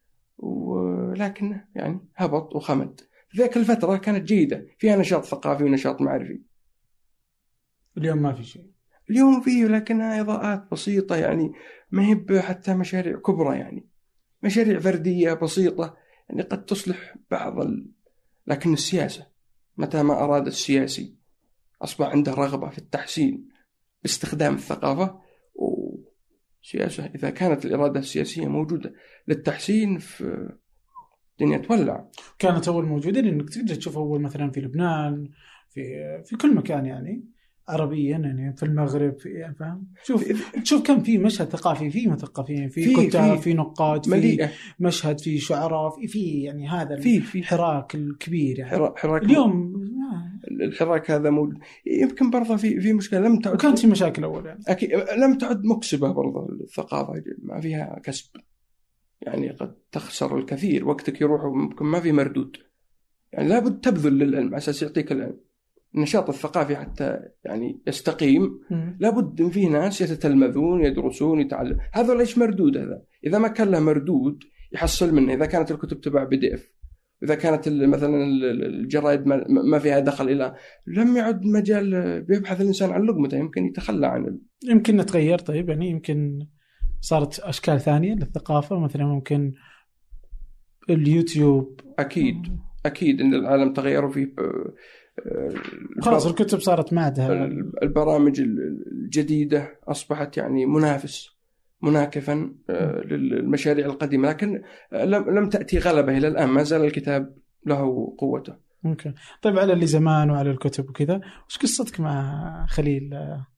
ولكن يعني هبط وخمد. ذاك الفترة كانت جيدة، فيها نشاط ثقافي ونشاط معرفي. اليوم ما في شيء. اليوم فيه لكنها إضاءات بسيطة، يعني ما هي حتى مشاريع كبرى، يعني مشاريع فردية بسيطة يعني قد تصلح لكن السياسة، متى ما أراد السياسي أصبح عنده رغبة في التحسين باستخدام الثقافة وسياسة. إذا كانت الإرادة السياسية موجودة للتحسين، في الدنيا تولع. كانت أول موجودة، لأنك تقدر تشوف أول مثلا في لبنان، في كل مكان يعني عربيا، يعني في المغرب، في يعني فاهم، تشوف كم في مشهد ثقافي، في مثقفين، في كتاب، في نقاد، في مشهد، في شعراء، في يعني هذا الحراك الكبير يعني. حراك اليوم الحراك هذا موجود. يمكن برضه في مشكلة لم تعد، وكانت في مشاكل أول يعني. أكيد لم تعد مكسبة برضه الثقافة، ما فيها كسب، يعني قد تخسر الكثير، وقتك يروح وممكن ما في مردود. يعني لابد تبذل للعلم على أساس يعطيك العلم. النشاط الثقافي حتى يعني يستقيم لابد إن فيه ناس يتتلمذون، يدرسون، يتعلم. هذا ليش مردود؟ هذا إذا ما كان له مردود يحصل منه. إذا كانت الكتب تباع PDF، إذا كانت مثلا الجرائد ما فيها دخل إلى، لم يعد مجال بيبحث الإنسان عن لقمته، يمكن يتخلى عن يمكن نتغير. طيب يعني يمكن صارت أشكال ثانية للثقافة، مثلا ممكن اليوتيوب. أكيد إن العالم تغيروا فيه، خلاص الكتب صارت معدها، البرامج الجديدة أصبحت يعني مناكفا للمشاريع القديمة، لكن لم تأتي غلبة إلى الآن، ما زال الكتاب له قوته. ممكن. طيب على اللي زمان وعلى الكتب وكذا، وش قصتك مع خليل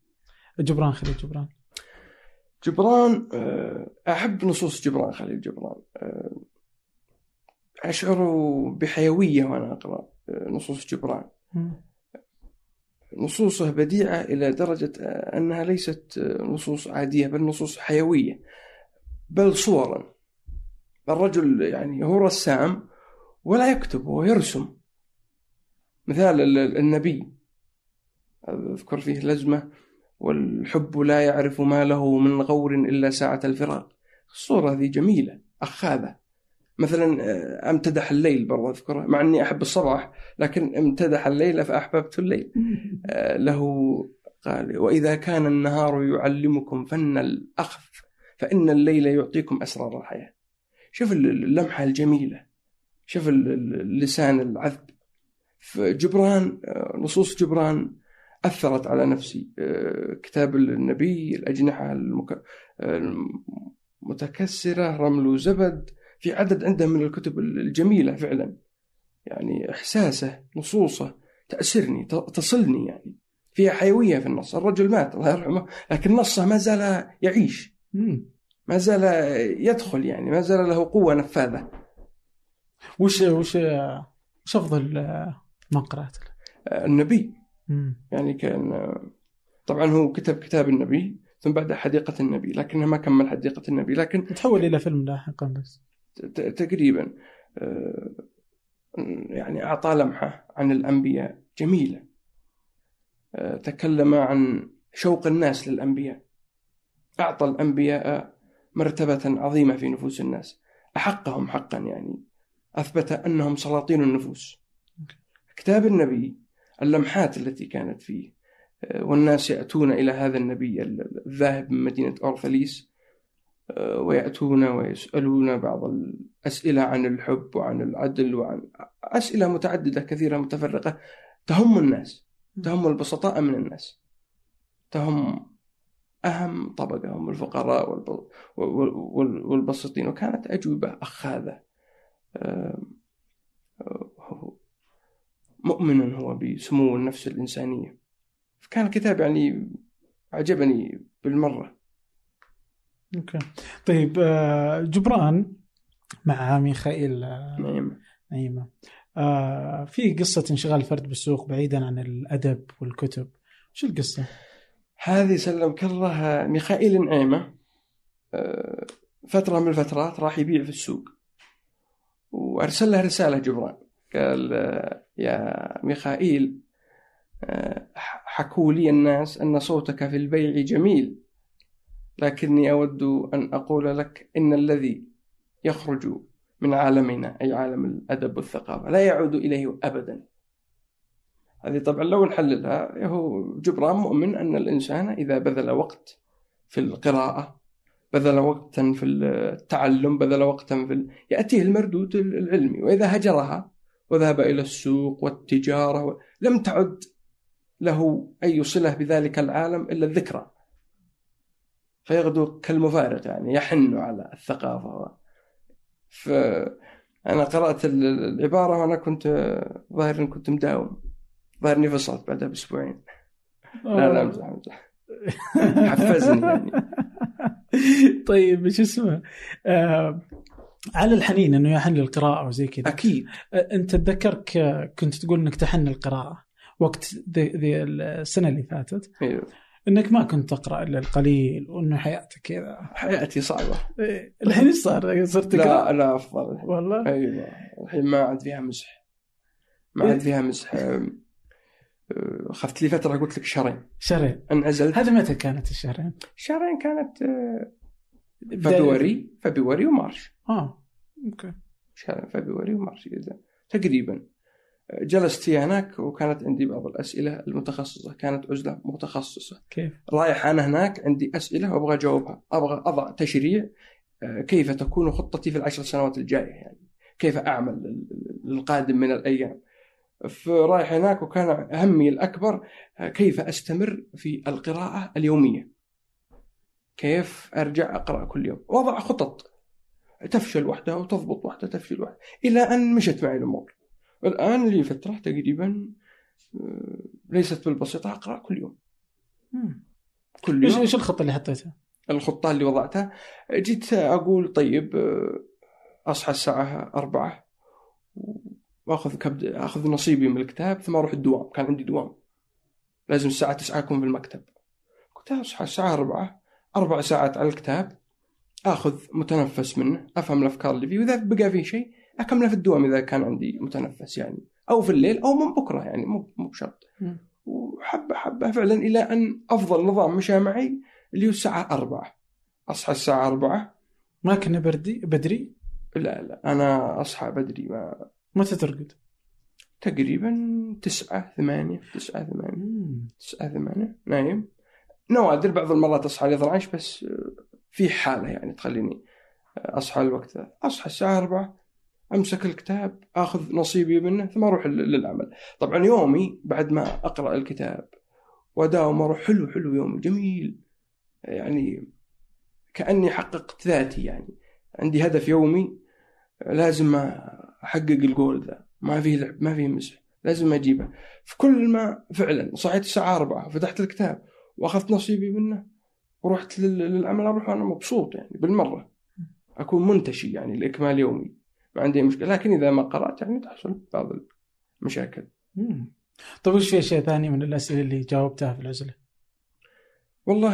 جبران؟ أحب نصوص خليل جبران. أشعر بحيوية وأنا أقرأ نصوص جبران. نصوصه بديعة إلى درجة أنها ليست نصوص عادية، بل نصوص حيوية، بل صورا. الرجل يعني هو رسام ولا يكتب، هو يرسم. مثال النبي أذكر فيه لزمة: والحب لا يعرف ما له من غور إلا ساعة الفراق. الصورة هذه جميلة أخاذة. مثلا امتدح الليل برضه أذكره، مع أني أحب الصباح، لكن امتدح الليل فأحببت الليل. له قال: وإذا كان النهار يعلمكم فن الأخذ فإن الليل يعطيكم أسرار الحياة. شوف اللمحة الجميلة، شوف اللسان العذب. فجبران، نصوص جبران أثرت على نفسي. كتاب النبي، الأجنحة المتكسرة، رمل وزبد، في عدد عنده من الكتب الجميلة فعلا، يعني إحساسه، نصوصه تأسرني، تصلني، يعني فيها حيوية في النص. الرجل مات الله يرحمه، لكن نصه ما زال يعيش، ما زال يدخل، يعني ما زال له قوة نفاذة. وش أفضل ما قرأت النبي؟ يعني كان طبعا هو كتاب النبي، ثم بعد حديقة النبي، لكنه ما كمل حديقة النبي، لكن تحول إلى فيلم لاحقا بس تقريبا. يعني أعطى لمحة عن الأنبياء جميلة، تكلم عن شوق الناس للأنبياء، أعطى الأنبياء مرتبة عظيمة في نفوس الناس، أحقهم حقا، يعني أثبت أنهم سلاطين النفوس. كتاب النبي، اللمحات التي كانت فيه، والناس يأتون إلى هذا النبي الذاهب من مدينة أورثليس، ويأتون ويسألون بعض الأسئلة عن الحب وعن العدل وعن أسئلة متعددة كثيرة متفرقة تهم الناس، تهم البسطاء من الناس، تهم أهم طبقة هم الفقراء والبسيطين. وكانت أجوبة أخاذة. مؤمن هو بسمو النفس الإنسانية. كان الكتاب يعني عجبني بالمرة. أوكي. طيب جبران مع ميخائيل نعيمة، في قصة انشغال فرد بالسوق بعيدا عن الأدب والكتب، شو القصة؟ هذه سلمك الله ميخائيل نعيمة فترة من الفترات راح يبيع في السوق، وأرسل له رسالة جبران، قال يا ميخائيل حكوا لي الناس أن صوتك في البيع جميل، لكني أود أن أقول لك إن الذي يخرج من عالمنا أي عالم الأدب والثقافة لا يعود إليه أبدا. هذه طبعا لو نحللها، هو جبران مؤمن أن الإنسان إذا بذل وقت في القراءة، بذل وقتا في التعلم، بذل وقتا يأتيه المردود العلمي، وإذا هجرها وذهب إلى السوق والتجارة لم تعد له أي صلة بذلك العالم إلا الذكرى، فيغدو كالمفارق، يعني يحن على الثقافة. فأنا قرأت العبارة وأنا كنت ظاهر كنت مداوم، ظاهرني فصلت بعدها بأسبوعين. لا أمزح حفزني يعني. طيب إيش اسمه على الحنين إنه يحن للقراءة وزي كذا. أكيد. أنت تذكرك كنت تقول إنك تحن القراءة وقت ذي السنة اللي فاتت. أيوه. إنك ما كنت تقرأ إلا القليل، وإنه حياتك كذا. حياتي صعبة. الحين إيش صار؟ صرت تقرأ؟ لا أفضل والله. أيوه الحين ما عاد فيها مزح، ما عاد فيها مزح. أخذت لي فترة قلت لك شهرين انعزلت. هذا متى كانت الشهرين؟ شهرين كانت فبراير ومارش. أوكي. شهر فبراير ومارش تقريبا. جلست في هناك وكانت عندي بعض الأسئلة المتخصصة، كانت عزلة متخصصة. كيف؟ رايح أنا هناك عندي أسئلة وأبغى أجاوبها، أبغى أضع تشريع كيف تكون خطتي في ال10 سنوات الجاية، يعني كيف أعمل للقادم من الأيام. فرايح هناك وكان همي الأكبر كيف أستمر في القراءة اليومية، كيف أرجع أقرأ كل يوم، وضع خطط تفشل وحدها وتضبط وحدها، تفشل وحدها، إلى أن مشت معي الأمور. الآن لي فترة تقريبا ليست بالبسيطة، أقرأ كل يوم. كل يوم. إيش الخطة اللي حطيتها؟ الخطة اللي وضعتها، جيت أقول طيب أصحى الساعة 4 وأخذ نصيبي من الكتاب، ثم أروح الدوام. كان عندي دوام لازم الساعة 9 أكون في المكتب. كنت أصحى الساعة 4 ساعات على الكتاب، أخذ متنفس منه، أفهم الأفكار اللي فيه، وإذا بقى فيه شيء أكمله في الدوام إذا كان عندي متنفس، يعني أو في الليل أو من بكرة، يعني مو بشرط. وحبة فعلا إلى أن أفضل نظام مشى معي اللي هو الساعة 4. أصحى الساعة 4. ما كنا بدري؟ لا أنا أصحى بدري. متى ترقد؟ تقريبا 9-8 نايم. نوادر بعض المرات أصحى ل12، بس في حالة يعني تخليني أصحى الوقت ذا. أصحى الساعة 4، أمسك الكتاب، أخذ نصيبي منه، ثم أروح للعمل. طبعا يومي بعد ما أقرأ الكتاب وداوم أروح حلو يومي جميل، يعني كأني حققت ذاتي، يعني عندي هدف يومي لازم أحقق الجول ذا، ما فيه لعب ما فيه مسح، لازم أجيبه. في كل ما فعلا صحيت الساعة 4 فتحت الكتاب وأخذت نصيبي منه ورحت للعمل، أروح وأنا مبسوط يعني بالمرة، أكون منتشي يعني لإكمال يومي، ما عندي مشكلة. لكن إذا ما قرأت يعني تحصل بعض المشاكل. طيب وش في أشياء ثانية من الأسئلة اللي جاوبتها في العزلة؟ والله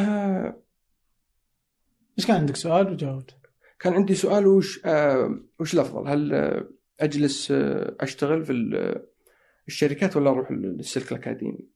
إيش كان عندك سؤال وجاوبت؟ كان عندي سؤال وش الأفضل، هل أجلس أشتغل في الشركات ولا أروح للسلك الأكاديمي؟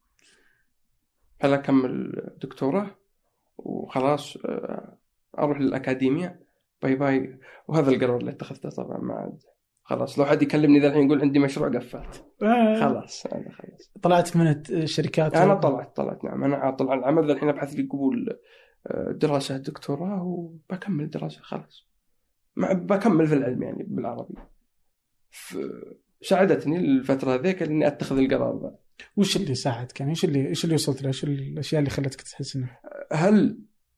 هل أكمل دكتوراه وخلاص أروح للأكاديمية باي باي. وهذا القرار اللي اتخذته طبعا ما عاد خلاص. لو حد يكلمني ذا الحين يقول عندي مشروع قفلت خلاص. أنا خلاص طلعت من الشركات. أنا طلعت نعم. أنا عاطل عن العمل ذا الحين، أبحث لي قبول دراسة دكتوراه وبكمل دراسة خلاص. بكمل في العلم يعني بالعربي. ساعدتني الفترة ذيك إني أتخذ القرار ذا. وش اللي ساعدك يعني؟ إيش اللي وصلت له؟ إيش الأشياء اللي خلتك تحس إنه هل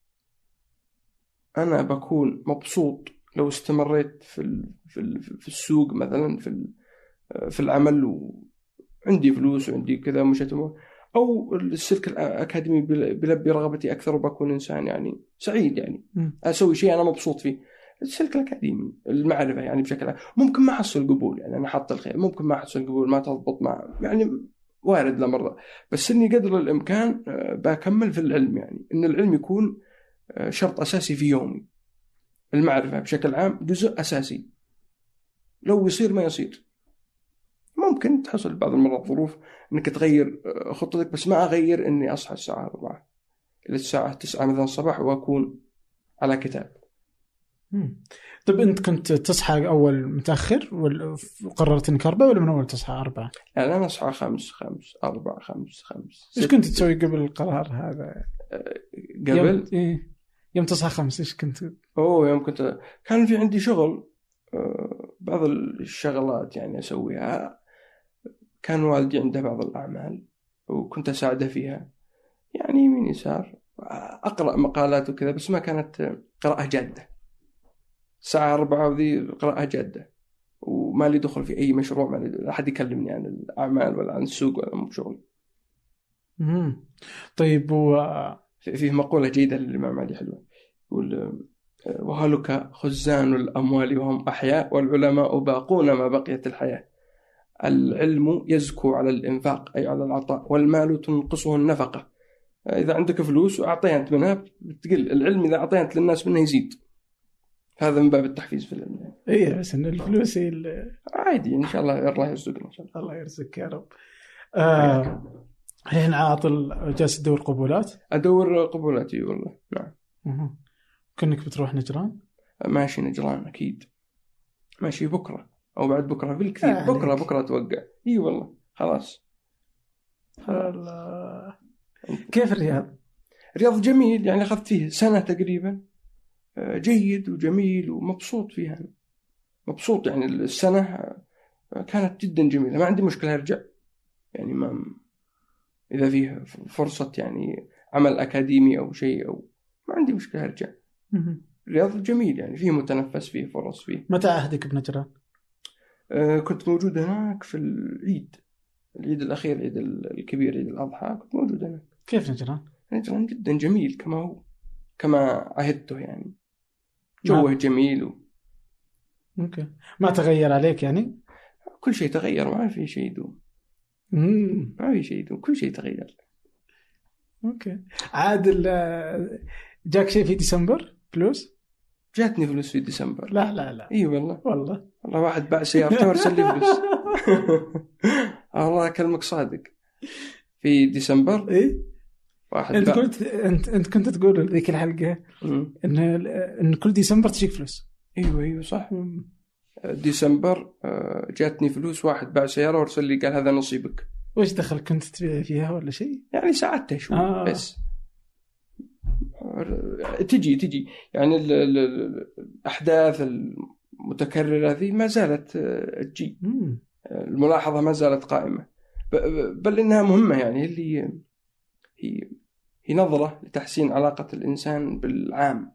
أنا بكون مبسوط لو استمريت في السوق مثلا في العمل وعندي فلوس وعندي كذا مشتمه، أو السلك الأكاديمي بلبي رغبتي أكثر وبكون إنسان يعني سعيد يعني أسوي شيء أنا مبسوط فيه. السلك الأكاديمي المعرفة يعني بشكل عام ممكن ما أحصل قبول، يعني أنا حاط الخير ممكن ما أحصل قبول، ما تضبط مع يعني وارد لمرة، بس إني قدر الإمكان بكمل في العلم. يعني إن العلم يكون شرط أساسي في يومي. المعرفة بشكل عام جزء أساسي، لو يصير ما يصير. ممكن تحصل بعض المرات ظروف إنك تغير خطتك، بس ما أغير إني أصحى الساعة 4 إلى الساعة 9 مثلا الصباح وأكون على كتاب. طيب أنت كنت تصحى أول متأخر وقررت إنك 4 ولا من أول تصحى 4؟ يعني أنا أصحى 5 4 5. إيش كنت تسوي قبل القرار هذا؟ قبل يوم تصحى 5 إيش كنت؟ يوم كان في عندي شغل، بعض الشغلات يعني أسويها. كان والدي عنده بعض الأعمال وكنت أساعده فيها يعني يمين يسار، أقرأ مقالات وكذا، بس ما كانت قراءة جادة. الساعة 4 وذي قراءة جادة، وما لي دخل في أي مشروع، ما لي أحد يكلمني عن الأعمال ولا عن السوق ولا مو شغل. طيب فيه مقولة جيدة للإمام علي حلوة، يقول: وهلك خزان الأموال وهم أحياء، والعلماء باقون ما بقيت الحياة. العلم يزكو على الإنفاق أي على العطاء، والمال تنقصه النفقة. إذا عندك فلوس وأعطيت منها بتقل، العلم إذا أعطيت للناس منه يزيد. هذا من باب التحفيز في العلم. إيه بس إن الفلوس عادي إن شاء الله الله يرزقنا إن شاء الله. الله يرزقك يا رب. الحين عاطل جالس تدور قبولات؟ أدور قبولاتي والله نعم. كأنك بتروح نجران؟ ماشي نجران أكيد، ماشي بكرة أو بعد بكرة بالكثير. بكرة أتوقع. إيه والله خلاص. الله. كيف الرياض؟ الرياض جميل يعني، أخذت فيه سنة تقريبا، جيد وجميل ومبسوط فيها. مبسوط يعني السنة كانت جدا جميلة، ما عندي مشكلة أرجع يعني. ما إذا فيه فرصة يعني عمل أكاديمي أو شيء أو ما عندي مشكلة أرجع. الرياض جميل يعني، فيه متنفس، فيه فرص، فيه. متى عهدك بنجران؟ كنت موجود هناك في العيد الأخير، العيد الكبير، عيد الأضحى، كنت موجود هناك. كيف نجران؟ نجران جدا جميل كما هو، كما عهدته يعني. جوه جميل ممكن ما تغير عليك يعني؟ كل شيء تغير، ما في شيء يدوم. ما في شيء يدوم، كل شيء تغير. اوكي. عادل، جاك شيء في ديسمبر فلوس؟ جاتني فلوس في ديسمبر. لا اي والله واحد باع سيارته وارسل لي فلوس. الله اكلمك صادق، في ديسمبر. ايه واحد انت كنت تقول ذيك الحلقه ان كل ديسمبر تجيك فلوس. ايوه صح. ديسمبر جاتني فلوس، واحد باع سياره وارسل لي قال هذا نصيبك. وش دخل؟ كنت تبيع فيها ولا شيء؟ يعني ساعدته شوي بس. تجي يعني الأحداث المتكررة ذي ما زالت تجي. الملاحظة ما زالت قائمة، بل إنها مهمة يعني. اللي هي نظرة لتحسين علاقة الإنسان بالعام.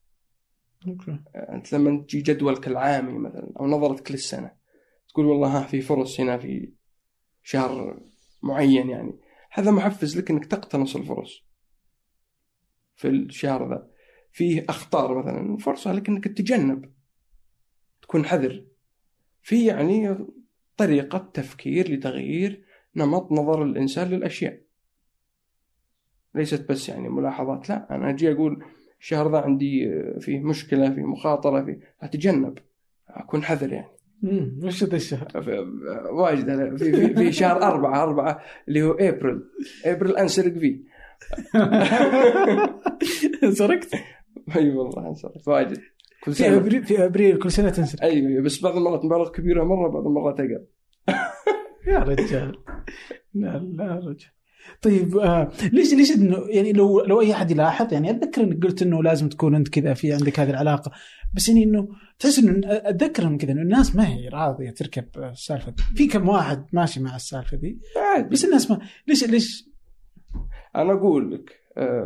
أنت لما تجي جدولك العامي مثلا أو نظرتك للسنة، تقول والله في فرص هنا في شهر معين، يعني هذا محفز لك إنك تقتنص الفرص في الشهر ذا. فيه أخطار مثلا، فرصة لك إنك تتجنب، تكون حذر. في يعني طريقة تفكير لتغيير نمط نظر الإنسان للأشياء، ليست بس يعني ملاحظات. لا، أنا أجي أقول الشهر ذا عندي فيه مشكلة، فيه مخاطرة، فيه أتجنب، أكون حذر يعني. وش هذا الشهر؟ واجد. في شهر 4 اللي هو أبريل أنسرق فيه. سرقت؟ أي والله سرقت واجد. كل سنة في أبريل كل سنة تنزل. أيوة بس بعض المرات مبالغ كبيرة مرة، بعض المرات أقل. يا رجال لا رجال. طيب ليش إنه يعني لو أي أحد يلاحظ، يعني أتذكر إنك قلت إنه لازم تكون أنت كذا في عندك هذه العلاقة، بس يعني إنه تحس إنه أتذكر إنه كذا إنه الناس ما هي راضية تركب السالفة دي. في كم واحد ماشي مع السالفة دي بس الناس ما ليش أنا أقول لك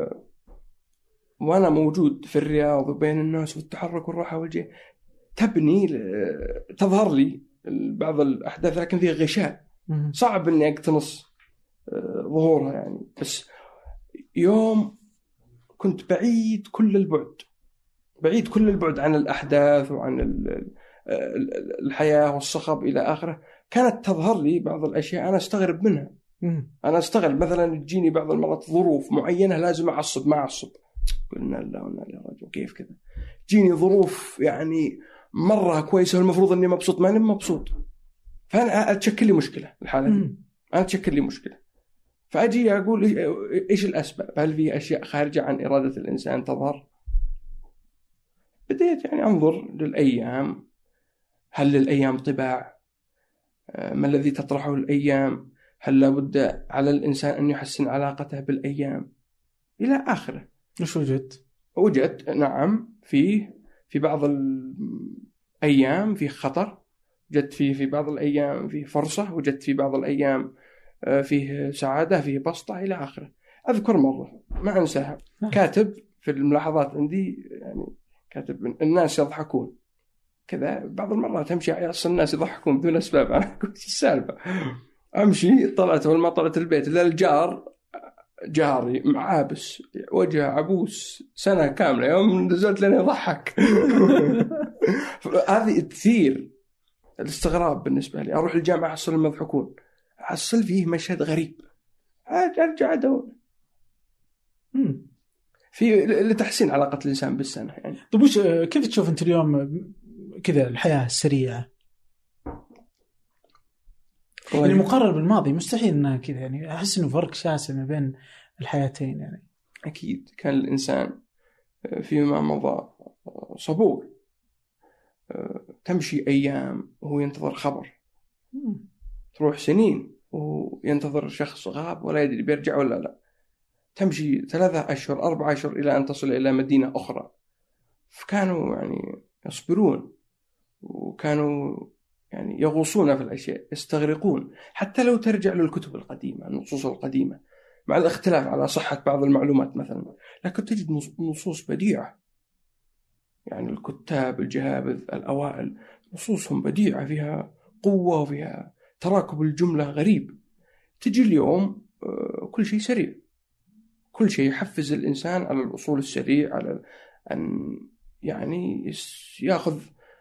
وأنا موجود في الرياض وبين الناس والتحرك والراحة والجي تظهر لي بعض الأحداث لكن فيها غشاء صعب إني أقتنص ظهورها يعني. بس يوم كنت بعيد كل البعد عن الأحداث وعن الحياة والصخب إلى آخره، كانت تظهر لي بعض الأشياء أنا أستغرب منها. أنا أستغرب مثلا تجيني بعض المرات ظروف معينة لازم أعصب، ما أعصب، قلنا لا يا رجل كيف كذا. تجيني ظروف يعني مرة كويسة والمفروض أني مبسوط، ما أنا مبسوط، فأنا أتشكل لي مشكلة الحالة دي. أنا أتشكل لي مشكلة، فأجي أقول إيش الأسباب؟ هل في أشياء خارجة عن إرادة الإنسان تظهر؟ بديت يعني أنظر للأيام، هل للأيام طباع؟ ما الذي تطرحه الأيام؟ هل لابد على الإنسان أن يحسن علاقته بالأيام إلى آخره؟ إيش وجدت نعم في بعض الأيام في خطر، وجدت في بعض الأيام فيه فرصة، وجدت في بعض الأيام فيه سعادة، فيه بسطة إلى آخره. أذكر مرة ما أنساها كاتب في الملاحظات عندي، يعني كاتب الناس يضحكون كذا بعض المرات أمشي أصل الناس يضحكون بدون أسباب. أنا قلت السالفة أمشي طلعت وما طلعت البيت إلا الجار جاري معابس وجه عبوس سنة كاملة، يوم نزلت لنا يضحك. هذه تثير الاستغراب بالنسبة لي. أروح الجامعة أحصل المضحكون، أحصل فيه مشهد غريب، أرجع أدور في لتحسين علاقة الإنسان بالسنة يعني. طيب وش كيف تشوف أنت اليوم كذا الحياة السريعة يعني مقارنة بالماضي؟ مستحيل إنها كذا، يعني أحس إنه فرق شاسع ما بين الحياتين يعني. أكيد كان الإنسان فيما مضى صبور، تمشي أيام وهو ينتظر خبر، تروح سنين وينتظر شخص غاب ولا يدري بيرجع ولا لا، تمشي 3 أشهر 4 أشهر إلى أن تصل إلى مدينة أخرى. فكانوا يعني يصبرون وكانوا يعني يغوصون في الأشياء، يستغرقون، حتى لو ترجع للكتب القديمة النصوص القديمة مع الاختلاف على صحة بعض المعلومات مثلا، لكن تجد نصوص بديعة. يعني الكتاب الجهابذ الأوائل نصوصهم بديعة، فيها قوة وفيها تراكب الجملة غريب. تجي اليوم كل شيء سريع، كل شيء يحفز الإنسان على الوصول السريع، على أن يعني يأخذ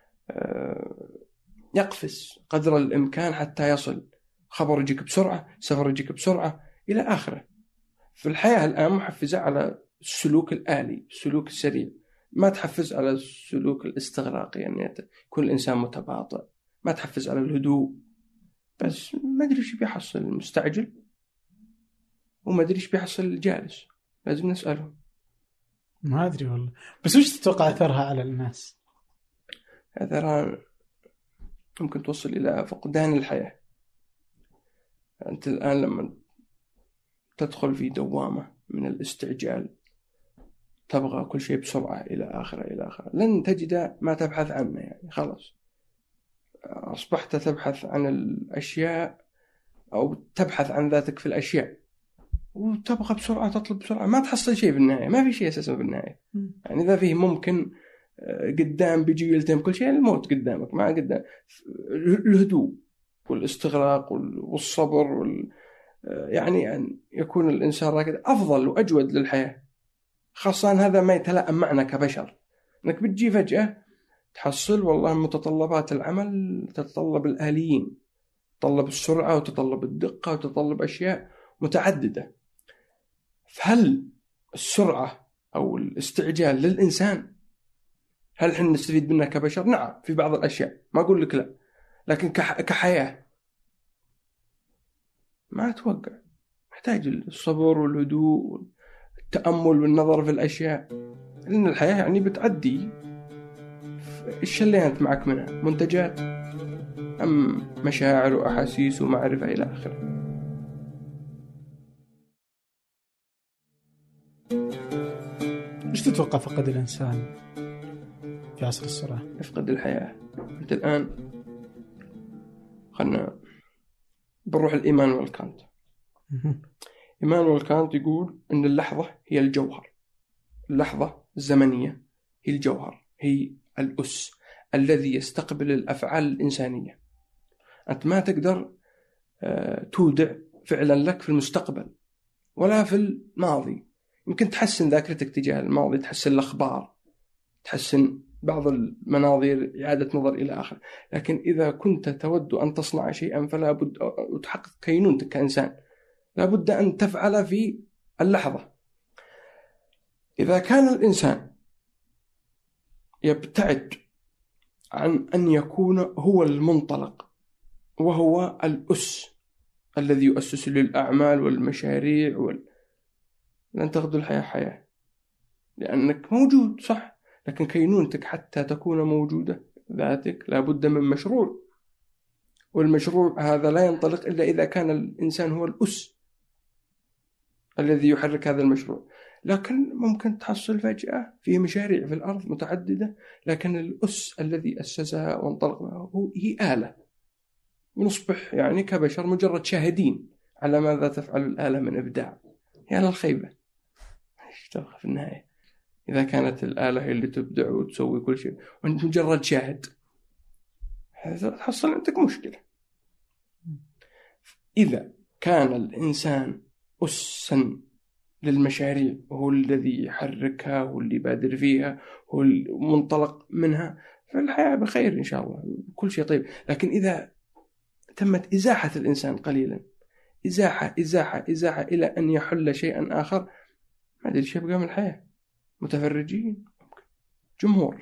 يقفز قدر الإمكان حتى يصل. خبر يجيك بسرعة، سفر يجيك بسرعة إلى آخره. في الحياة الآن محفزة على السلوك الآلي، السلوك السريع، ما تحفز على السلوك الاستغراقي، يعني يكون الإنسان متباطئ، ما تحفز على الهدوء. بس ما أدري إيش بيحصل المستعجل وما أدري إيش بيحصل الجالس، لازم نسألهم. ما أدري والله. بس وش تتوقع أثرها على الناس؟ أثرها ممكن توصل إلى فقدان الحياة. أنت الآن لما تدخل في دوامة من الاستعجال، تبغى كل شيء بسرعة إلى آخره، لن تجد ما تبحث عنه. يعني خلاص أصبحت تبحث عن الأشياء أو تبحث عن ذاتك في الأشياء، وتبغى بسرعة، تطلب بسرعة، ما تحصل شيء في النهاية. ما في شيء أساسا في النهاية. يعني إذا فيه ممكن قدام بيجي يلتهم كل شيء، الموت قدامك، ما قدام. الهدوء والاستغراق والصبر يعني أن يكون الإنسان راكد أفضل وأجود للحياة، خاصة هذا ما يتلائم معنا كبشر. أنك بتجي فجأة تحصل والله متطلبات العمل تتطلب الآليين، تتطلب السرعة وتتطلب الدقة وتتطلب أشياء متعددة. فهل السرعة أو الاستعجال للإنسان هل حنا نستفيد منها كبشر؟ نعم في بعض الأشياء، ما أقول لك لا، لكن كحياة ما أتوقع. محتاج الصبر والهدوء والتأمل والنظر في الأشياء، لأن الحياة يعني بتعدي إيش اللي أنت معك منها؟ منتجات أم مشاعر وأحاسيس ومعرفة إلى آخره؟ إيش تتوقع فقد الإنسان في عصر السرعة؟ يفقد الحياة. أنت الآن خلنا بنروح الإيمانويل كانت. إيمانويل كانت يقول أن اللحظة هي الجوهر، اللحظة الزمنية هي الجوهر، هي الأس الذي يستقبل الأفعال الإنسانية. أنت ما تقدر تودع فعلا لك في المستقبل ولا في الماضي. يمكن تحسن ذاكرتك تجاه الماضي، تحسن الأخبار، تحسن بعض المناظر، إعادة نظر إلى آخر، لكن إذا كنت تود أن تصنع شيئا فلا بد وتحقق كينونتك كإنسان لا بد أن تفعل في اللحظة. إذا كان الإنسان يبتعد عن أن يكون هو المنطلق وهو الأس الذي يؤسس للأعمال والمشاريع لن تغدو الحياة حياة، لأنك موجود صح، لكن كينونتك حتى تكون موجودة ذاتك لا بد من مشروع، والمشروع هذا لا ينطلق إلا إذا كان الإنسان هو الأس الذي يحرك هذا المشروع. لكن ممكن تحصل فجأة في مشاريع في الأرض متعددة، لكن الأس الذي أسسها وانطلق معه هي آلة، ونصبح يعني كبشر مجرد شاهدين على ماذا تفعل الآلة من إبداع. يا للخيبة، ايش تبغى في النهاية إذا كانت الآلة هي اللي تبدع وتسوي كل شيء وأنت مجرد شاهد؟ تحصل عندك مشكلة. إذا كان الإنسان أسا للمشاريع، هو الذي يحركها، هو اللي يبادر فيها، هو المنطلق منها، فالحياة بخير إن شاء الله، كل شيء طيب. لكن إذا تمت إزاحة الإنسان قليلا، إزاحة إزاحة إزاحة إلى أن يحل شيئا آخر، ما أدري شيء بقى من الحياة، متفرجين، جمهور.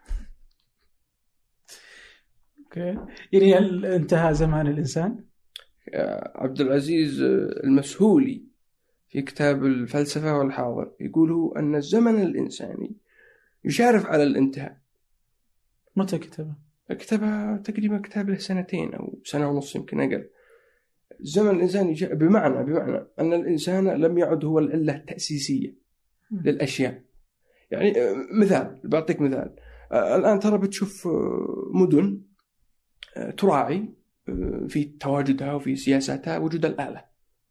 أوكي. يعني هل انتهى زمان الإنسان؟ عبد العزيز المسهولي في كتاب الفلسفة والحاضر يقول أن الزمن الإنساني يشارف على الانتهاء. متى كتبها تقريبا كتاب له 2 أو 1.5 سنة يمكن أقل. الزمن الإنساني بمعنى أن الإنسان لم يعد هو العلة التأسيسية للأشياء. يعني مثال، بعطيك مثال، الآن ترى بتشوف مدن تراعي في تواجدها وفي سياساتها وجود الآلة.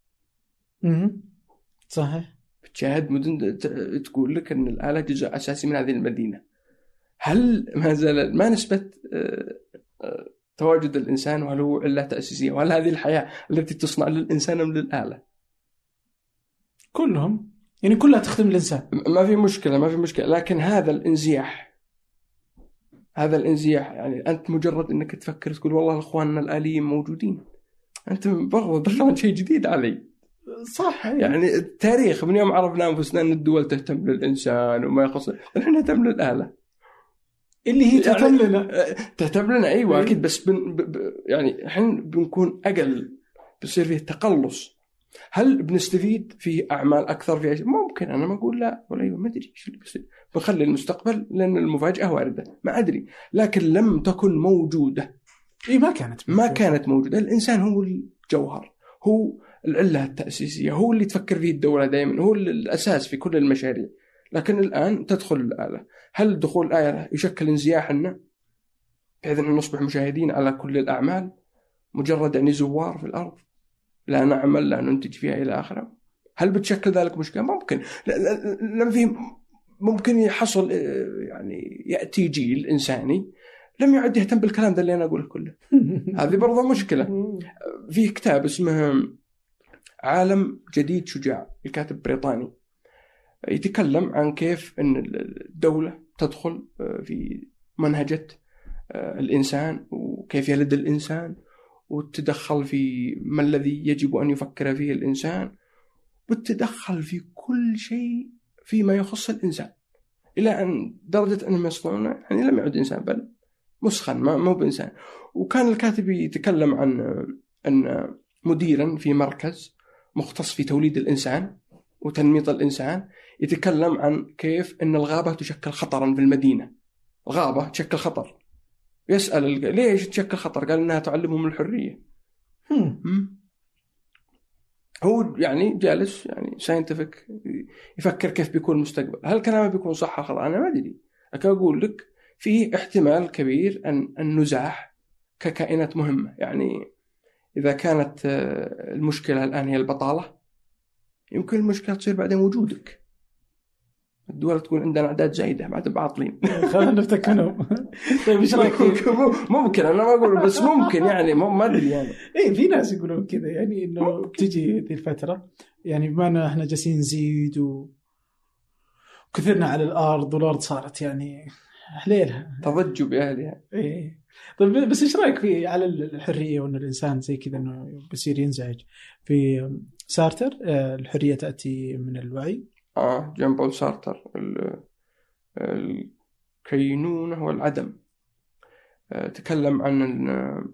صحيح. بتشاهد مدن تقول لك أن الآلة جزء أساسي من هذه المدينة. هل ما زال ما نسبة تواجد الإنسان، وهل هو علة تأسيسية، وهل هذه الحياة التي تصنع للإنسان أم للآلة؟ كلهم، يعني كلها تخدم الإنسان. ما في مشكلة، لكن هذا الانزياح يعني أنت مجرد أنك تفكر تقول والله إخواننا الآليين موجودين، أنت برضو دخلت شيء جديد علي. صح. يعني التاريخ من يوم عرفنا أنفسنا أن الدول تهتم للإنسان وما يخص، نحن نهتم للآلة اللي هي تهتم لنا. أيوة أكيد، بس يعني حين بنكون أقل، بصير فيه تقلص. هل بنستفيد في أعمال أكثر في أشياء؟ ممكن، أنا ما أقول لا ولا أيوة، ما أدري إيش اللي بيصير، بخلي المستقبل لأن المفاجأة واردة، ما أدري، لكن لم تكن موجودة. ما كانت موجودة. الإنسان هو الجوهر، هو العلة التأسيسية، هو اللي تفكر فيه الدولة دائما، هو الأساس في كل المشاريع. لكن الآن تدخل الآلة. هل دخول الآلة يشكل انزياح لنا بحيث أن نصبح مشاهدين على كل الأعمال، مجرد يعني زوار في الأرض لا نعمل لا ننتج فيها إلى آخره؟ هل بتشكل ذلك مشكلة؟ ممكن. لم فيه ممكن يحصل يعني يأتي جيل إنساني لم يعد يهتم بالكلام ده اللي أنا أقوله كله. هذه برضه مشكلة. في كتاب اسمه عالم جديد شجاع، الكاتب بريطاني، يتكلم عن كيف أن الدولة تدخل في منهجة الإنسان وكيف يلد الإنسان وتدخل في ما الذي يجب أن يفكر فيه الإنسان، وتدخل في كل شيء فيما يخص الإنسان، إلى أن درجة أنهم يصنعون يعني لم يعد إنسان بل مسخن، ما بإنسان. وكان الكاتب يتكلم عن أن مديرا في مركز مختص في توليد الإنسان وتنميط الإنسان يتكلم عن كيف أن الغابة تشكل خطرا في المدينة الغابة تشكل خطر، يسأل ليش تشكل خطر؟ قال إنها تعلمهم الحرية. هو يعني جالس يعني ساينتفك يفكر كيف بيكون المستقبل. هل كلامه بيكون صح خطأ أنا ما أدري، لكن أقول لك في احتمال كبير أن نزاح ككائنات مهمة. يعني إذا كانت المشكلة الآن هي البطالة، يمكن المشكلة تصير بعدين وجودك. الدول تكون عندنا أعداد زايدة بعد بعاطلين. خلينا نفتك منهم. طيب إيش رأيك؟ ممكن أنا ما أقول بس ممكن يعني ما أدري يعني. إيه في ناس يقولون كذا يعني إنه بتجي ذي الفترة يعني بما إن إحنا جالسين نزيد وكثرنا على الأرض والأرض صارت يعني حليلها تضج بأهلها. إيه. طيب بس إيش رأيك في على الحرية وإنه الإنسان زي كذا إنه بيصير ينزعج في سارتر الحرية تأتي من الوعي. جون بول سارتر الكينونة والعدم تكلم عن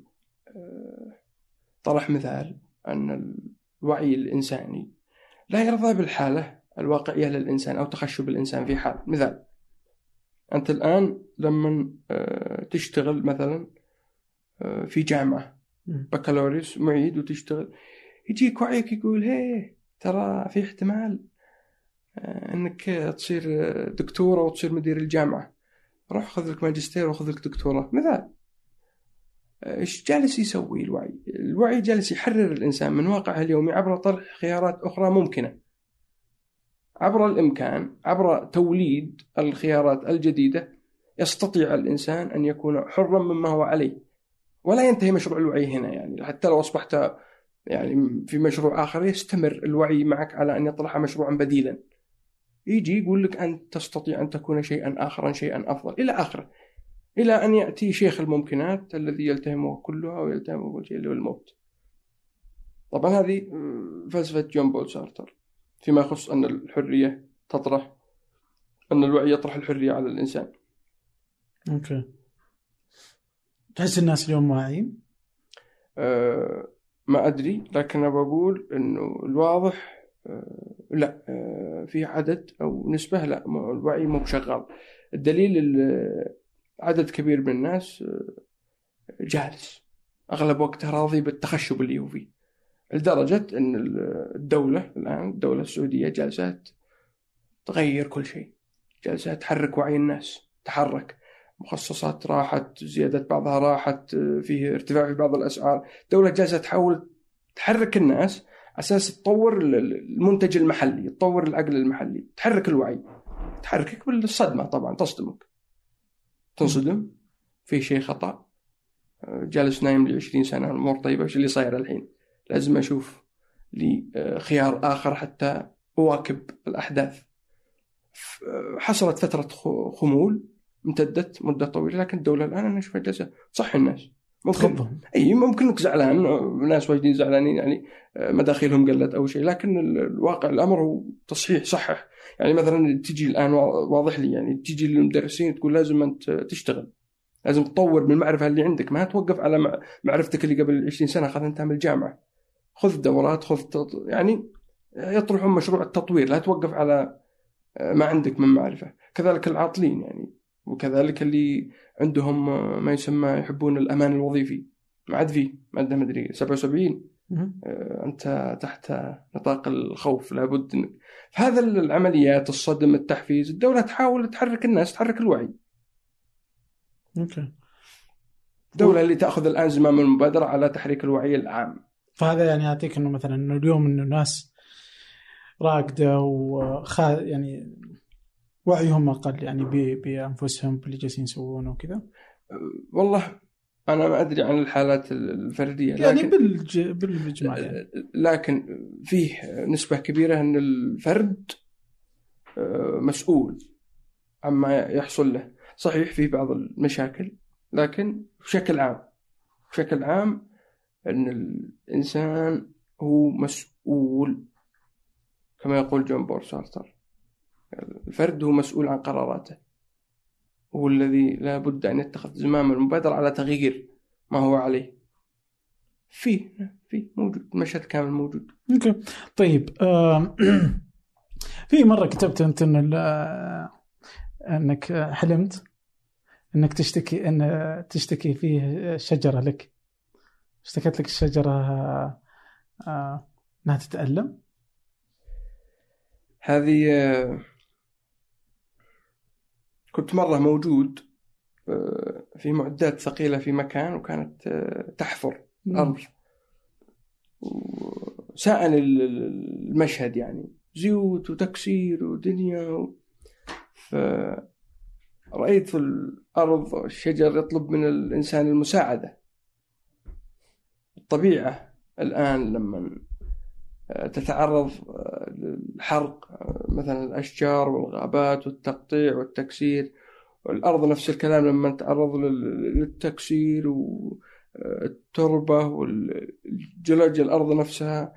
طرح مثال أن الوعي الإنساني لا يرضى بالحالة الواقعية للإنسان أو تخشب الإنسان في حال. مثال، أنت الآن لما تشتغل مثلا في جامعة بكالوريوس معيد وتشتغل، يجيك وعيك يقول هي ترى في احتمال أنك تصير دكتورة وتصير مدير الجامعة، روح خذ لك ماجستير وخذ لك دكتوراه. مثال، إيش جالس يسوي الوعي؟ الوعي جالس يحرر الإنسان من واقعه اليومي عبر طرح خيارات أخرى ممكنة، عبر الإمكان، عبر توليد الخيارات الجديدة يستطيع الإنسان أن يكون حرا مما هو عليه. ولا ينتهي مشروع الوعي هنا، يعني حتى لو أصبحت يعني في مشروع آخر يستمر الوعي معك على أن يطرح مشروعا بديلا. يجي يقول لك أنت تستطيع أن تكون شيئا آخرا، شيئا أفضل إلى آخره، إلى أن يأتي شيخ الممكنات الذي يلتهمه كلها ويلتهمه كل شيء اللي هو الموت. طبعا هذه فلسفة جون بول سارتر فيما يخص أن الحرية تطرح، أن الوعي يطرح الحرية على الإنسان. أوكي. تحس الناس اليوم واعيين؟ ما أدري، لكن أنا بقول إنه الواضح لا، في عدد أو نسبة لا، الوعي مو بشغال. الدليل عدد كبير من الناس جالس أغلب وقته راضي بالتخشب اللي هو فيه، لدرجة أن الدولة الآن الدولة السعودية جالسة تغير كل شيء، جالسة تحرك وعي الناس، تحرك مخصصات راحت، زيادة بعضها راحت، فيه ارتفاع في بعض الأسعار. الدولة جالسة تحاول تحرك الناس أساس تطور المنتج المحلي، تطور العقل المحلي، تحرك الوعي، تحركك بالصدمة. طبعا تصدمك، تنصدم في شيء خطأ، جالس نايم لي 20 سنة الأمور طيبة، وش اللي صاير الحين؟ لازم أشوف لي خيار آخر حتى أواكب الأحداث. حصلت فترة خمول امتدت مدة طويلة، لكن الدولة الآن أنا أشوفها جالسة تصحي الناس. ممكن لك زعلان، الناس واجدين زعلانين يعني مداخيلهم قلت أو شيء، لكن الواقع الأمر هو تصحيح، صحح. يعني مثلا تجي الآن واضح لي، يعني تجي للمدرسين تقول لازم أنت تشتغل، لازم تطور من المعرفة اللي عندك، ما توقف على معرفتك اللي قبل 20 سنة أخذتها من الجامعة. خذ دورات، يعني يطرحون مشروع التطوير، لا توقف على ما عندك من معرفة. كذلك العاطلين يعني، وكذلك اللي عندهم ما يسمى يحبون الأمان الوظيفي، ما عاد فيه مادة مدري 77 أنت تحت نطاق الخوف، لابد إنك هذا العمليات الصدم التحفيز. الدولة تحاول تحرك الناس، تحرك الوعي. أوكي. الدولة اللي تأخذ الآن زمام المبادرة على تحريك الوعي العام. فهذا يعني يعطيك إنه مثلا إنه اليوم إنه الناس راقدة يعني وعيهم أقل يعني بأنفسهم باللي جالسين يسوونه وكذا. والله أنا ما أدري عن الحالات الفردية، يعني لكن بالمجمل يعني. لكن فيه نسبة كبيرة أن الفرد مسؤول عما يحصل له. صحيح فيه بعض المشاكل، لكن بشكل عام أن الإنسان هو مسؤول كما يقول جون بول سارتر. الفرد هو مسؤول عن قراراته، هو الذي لا بد أن يتخذ زمام المبادرة على تغيير ما هو عليه. فيه موجود، مشهد كامل موجود. اوكي. طيب في مرة كتبت أنت أنك حلمت انك تشتكي فيه شجرة لك، اشتكت لك الشجرة انها تتألم. هذه كنت مرة موجود في معدات ثقيلة في مكان، وكانت تحفر الأرض، وسأل المشهد يعني زيوت وتكسير ودنيا. فرأيت في الأرض الشجر يطلب من الإنسان المساعدة. الطبيعة الآن لما تتعرض للحرق، مثلا الأشجار والغابات والتقطيع والتكسير، والأرض نفس الكلام لما تتعرض للتكسير والتربة والجلج الأرض نفسها،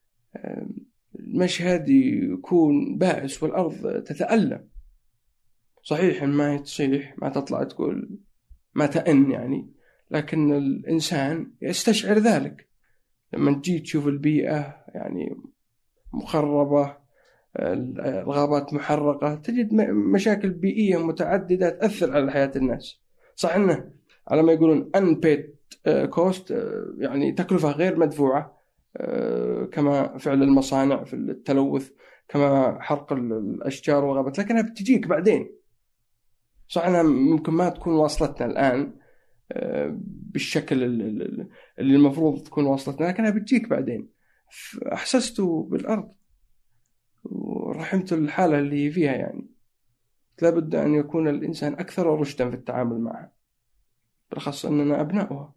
المشهد يكون بائس والأرض تتألم. صحيح ما هي تصيح، ما تطلع تقول، ما تأن يعني، لكن الإنسان يستشعر ذلك لما تجي تشوف البيئة يعني مخربة، الغابات محرقة، تجد مشاكل بيئية متعددة تأثر على حياة الناس. صح إنه على ما يقولون unpaid cost، يعني تكلفة غير مدفوعة، كما فعل المصانع في التلوث، كما حرق الأشجار والغابات، لكنها بتجيك بعدين. صح إنها ممكن ما تكون واصلتنا الآن بالشكل اللي المفروض تكون واصلتنا، لكنها بتجيك بعدين. أحسست بالأرض ورحمت الحالة اللي فيها، يعني لابد أن يكون الإنسان أكثر رشدا في التعامل معها، بالأخص أننا أبناؤها.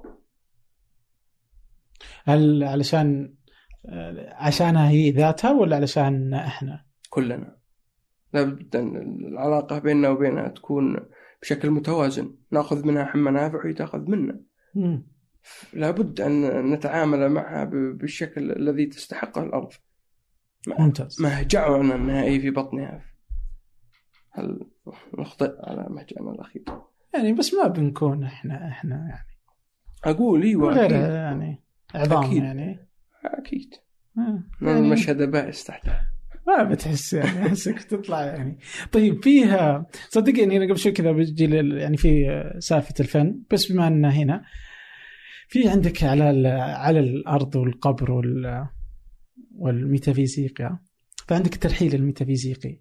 هل عشانها هي ذاتها، ولا علشان إحنا كلنا؟ لابد أن العلاقة بيننا وبينها تكون بشكل متوازن، نأخذ منها حم منافع وهي تأخذ منا. لابد أن نتعامل معها بالشكل الذي تستحقه الأرض. ممتاز. مهجعنا النهائي في بطنها، هل نخطئ على مهجعنا الأخير؟ يعني بس ما بنكون إحنا يعني أقول إيوه غير يعني عظام أكيد. يعني أكيد يعني المشهد بائس تحتها، ما بتحس يعني أحسك تطلع يعني. طيب فيها صدقني أنا قبل شوي كذا بجي يعني في سالفة الفن، بس بما أننا هنا في عندك على الأرض والقبر والميتافيزيقيا، فعندك الترحيل الميتافيزيقي.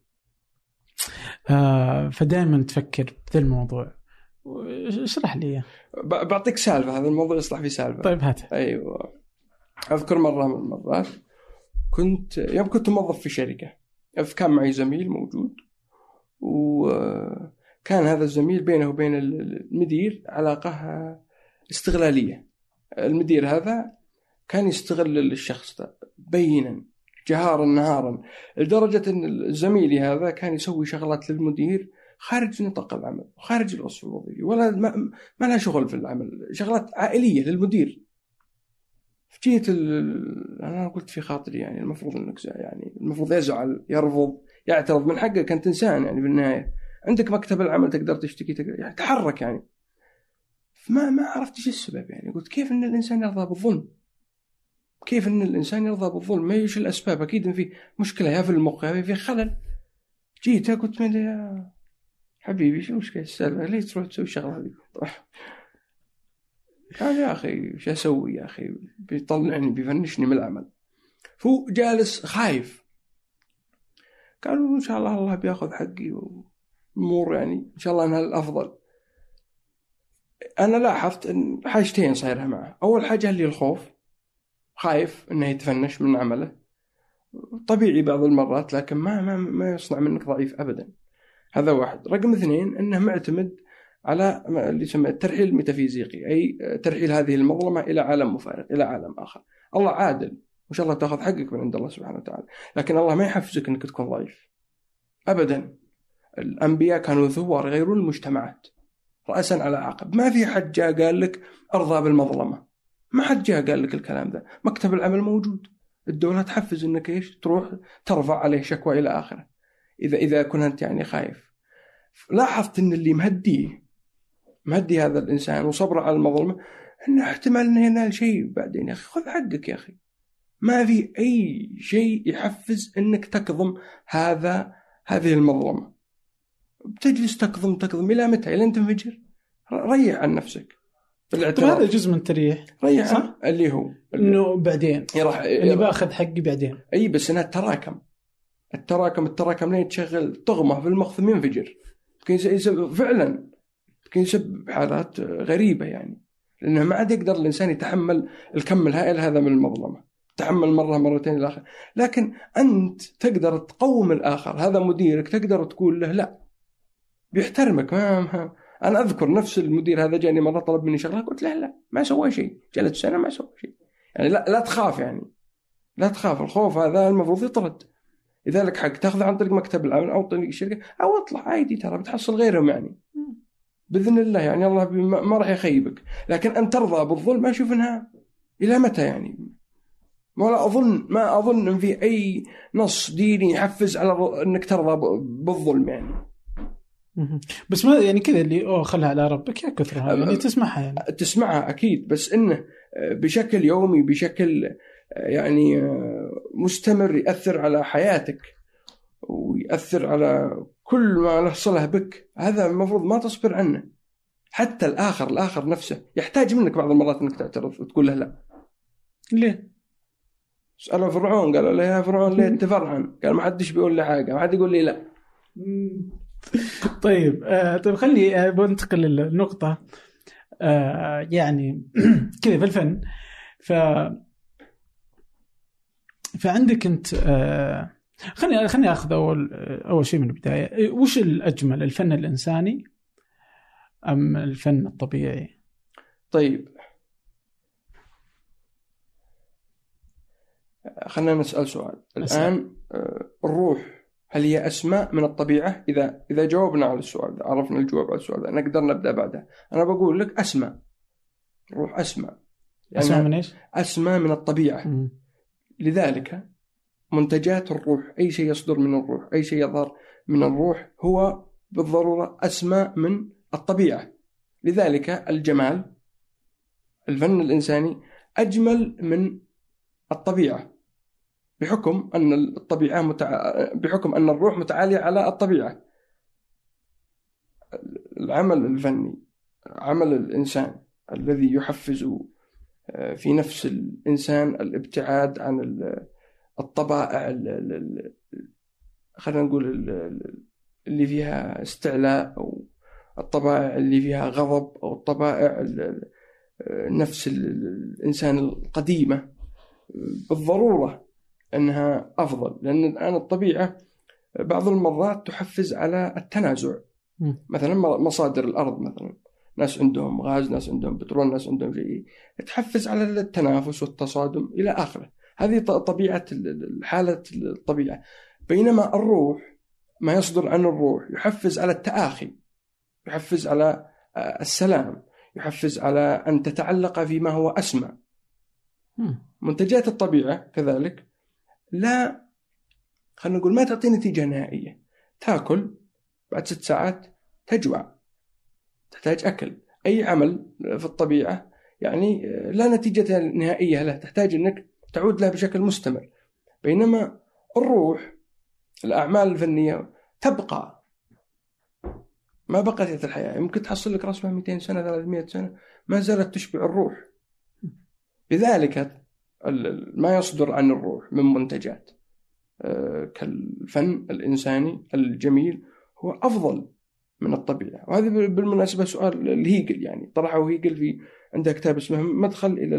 فدائما تفكر بذا الموضوع، اشرح لي. بعطيك سالفة، هذا الموضوع يصلح في سالفة. طيب هات. أيوة، أذكر مرة من المرات يوم كنت موظف في شركة، كان معي زميل موجود، وكان هذا الزميل بينه وبين المدير علاقة استغلالية. المدير هذا كان يستغل الشخص ده بينا جهارا نهارا، لدرجة أن الزميل هذا كان يسوي شغلات للمدير خارج نطاق العمل وخارج الوصف الوظيفي، ولا ما لها شغل في العمل، شغلات عائلية للمدير. جيت أنا قلت في خاطري يعني المفروض أنك يعني المفروض يزعل، يرفض، يعترض، من حقك أنت إنسان يعني بالنهاية، عندك مكتب العمل تقدر تشتكي يعني تحرك يعني. ما عرفت إيش السبب، يعني قلت كيف أن الإنسان يرضى بالظلم؟ كيف أن الإنسان يرضى بالظلم؟ ما يش الأسباب؟ أكيد إن في مشكلة يا في المخ يا في خلل. جيت قلت يا حبيبي شو مشكلة السالفة؟ ليه تروح تسوي الشغلة هذه؟ قال يا أخي شو أسوي يا أخي، بيطلعني بيفنشني من العمل. فهو جالس خايف. قالوا إن شاء الله بياخذ حقي وأمور يعني إن شاء الله أنها الأفضل. أنا لاحظت إن حاجتين صايرها معه. أول حاجة اللي الخوف، خايف إنه يتفنش من عمله، طبيعي بعض المرات، لكن ما يصنع منك ضعيف أبدا. هذا واحد. رقم اثنين إنه معتمد على اللي يسمى الترحيل الميتافيزيقي، أي ترحيل هذه المظلمة إلى عالم مفارق، إلى عالم آخر. الله عادل وإن شاء الله تأخذ حقك من عند الله سبحانه وتعالى، لكن الله ما يحفزك إنك تكون ضعيف أبدا. الأنبياء كانوا ثوار يغيرون المجتمعات رأسا على عقب. ما في حد جاء قال لك أرضى بالمظلمة، ما حد جاء قال لك الكلام ذا. مكتب العمل موجود، الدولة تحفز إنك إيش تروح ترفع عليه شكوى إلى آخره إذا كنت يعني خايف. لاحظت إن اللي مهدي هذا الإنسان وصبر على المظلمة إنه احتمال إنه ينال شيء بعدين. يا أخي خذ حقك يا أخي، ما في أي شيء يحفز إنك تكظم هذه المظلمة. بتجلس تكظم إلى متى؟ إلى أن تنفجر. ريح عن نفسك. هذا جزء من التريح. ريح اللي هو إنه بعدين اللي باخذ حقي بعدين. أي بس إنها التراكم لين تشغل طغمة في المخ ثم ينفجر. فعلا يسبب حالات غريبة يعني، لأنه ما عاد يقدر الإنسان يتحمل الكم الهائل هذا من المظلمة. تحمل مرة مرتين الآخر، لكن أنت تقدر تقوم الآخر. هذا مديرك تقدر تقول له لا، بيحترمك. أنا أذكر نفس المدير هذا جاني مرة طلب مني شغلة، قلت له لا، ما سوى شيء، جلت سنة ما سوى شيء. يعني لا تخاف، يعني لا تخاف. الخوف هذا المفروض يطرد. إذا لك حق تأخذ عن طريق مكتب العمل أو طريق الشركة أو اطلع عادي، ترى بتحصل غيرهم يعني بإذن الله. يعني الله ما راح يخيبك. لكن أن ترضى بالظلم ما أشوف إنها إلى متى يعني. ما أظن إن في أي نص ديني يحفز على إنك ترضى بالظلم يعني. بس ما يعني كذا اللي خلها على ربك يا كثرها يعني تسمعها يعني. تسمعها أكيد، بس إنه بشكل يومي، بشكل يعني مستمر، يأثر على حياتك ويأثر على كل ما له صلة بك. هذا المفروض ما تصبر عنه. حتى الآخر نفسه يحتاج منك بعض المرات إنك تعترض وتقول له لا. ليه؟ سألوا فرعون، قالوا له يا فرعون ليه تفرعن؟ قال ما حدش بيقول لي حاجة، ما حد يقول لي لا. طيب خلي بنتقل للنقطة يعني كذا في الفن. فعندك أنت خلني أخذ أول شيء من البداية. وش الأجمل، الفن الإنساني أم الفن الطبيعي؟ طيب خلينا نسأل سؤال الآن. الروح هل هي أسماء من الطبيعة؟ إذا جاوبنا على السؤال ده، عرفنا الجواب على السؤال ده، نقدر نبدأ بعدها. أنا بقول لك أسماء. الروح أسماء. يعني أسماء من إيش؟ أسماء من الطبيعة. لذلك منتجات الروح، أي شيء يصدر من الروح، أي شيء يظهر من الروح هو بالضرورة أسماء من الطبيعة. لذلك الجمال، الفن الإنساني أجمل من الطبيعة، بحكم أن بحكم أن الروح متعالية على الطبيعة. العمل الفني، عمل الإنسان الذي يحفز في نفس الإنسان الابتعاد عن الطبائع خلينا نقول اللي فيها استعلاء، أو الطبائع اللي فيها غضب، أو الطبائع نفس الإنسان القديمة، بالضرورة أنها أفضل. لأن الآن الطبيعة بعض المرات تحفز على التنازع. مثلا مصادر الأرض، مثلا ناس عندهم غاز، ناس عندهم بترول، ناس عندهم شيء، تحفز على التنافس والتصادم إلى آخره. هذه طبيعة حالة الطبيعة. بينما الروح، ما يصدر عن الروح يحفز على التآخي، يحفز على السلام، يحفز على أن تتعلق فيما هو أسمى. منتجات الطبيعة كذلك لا، خلينا نقول ما تعطي نتيجة نهائية. تأكل بعد 6 ساعات تجوع، تحتاج أكل. أي عمل في الطبيعة يعني لا نتيجة نهائية له، تحتاج أنك تعود له بشكل مستمر. بينما الروح، الأعمال الفنية تبقى، ما بقيت الحياة. يمكن تحصل لك رسمة 200 سنة 300 سنة ما زالت تشبع الروح. لذلك ما يصدر عن الروح من منتجات كالفن الإنساني الجميل هو أفضل من الطبيعة. وهذا بالمناسبة سؤال الهيجل، يعني طرحه هيجل في عنده كتاب اسمه مدخل إلى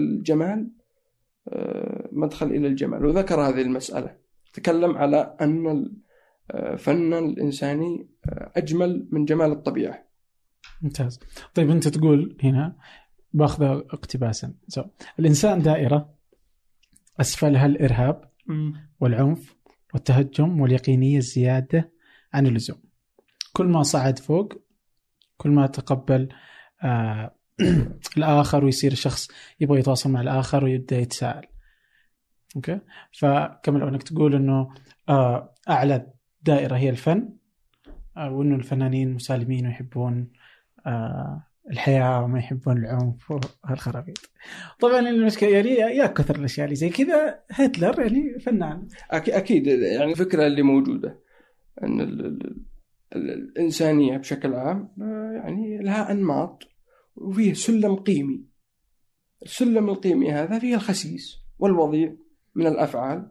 الجمال، وذكر هذه المسألة. تكلم على أن الفن الإنساني أجمل من جمال الطبيعة. ممتاز. طيب أنت تقول هنا باخذ اقتباسا، الإنسان دائرة أسفلها الإرهاب والعنف والتهجم واليقينية الزيادة عن اللزوم. كل ما صعد فوق، كل ما تقبل الآخر ويصير الشخص يبغى يتواصل مع الآخر ويبدأ يتساءل. أوكي، فكما لو أنك تقول إنه أعلى دائرة هي الفن، وإنه الفنانين مسالمين ويحبون الحياة وما يحبون العنف وهالخرابيط. طبعا المشكلة يعني يا كثر الأشياء اللي زي كذا. هتلر يعني فنان أكيد. يعني الفكرة اللي موجودة أن الإنسانية بشكل عام يعني لها أنماط وفيه سلم قيمي. السلم القيمي هذا فيه الخسيس والوضيع من الأفعال،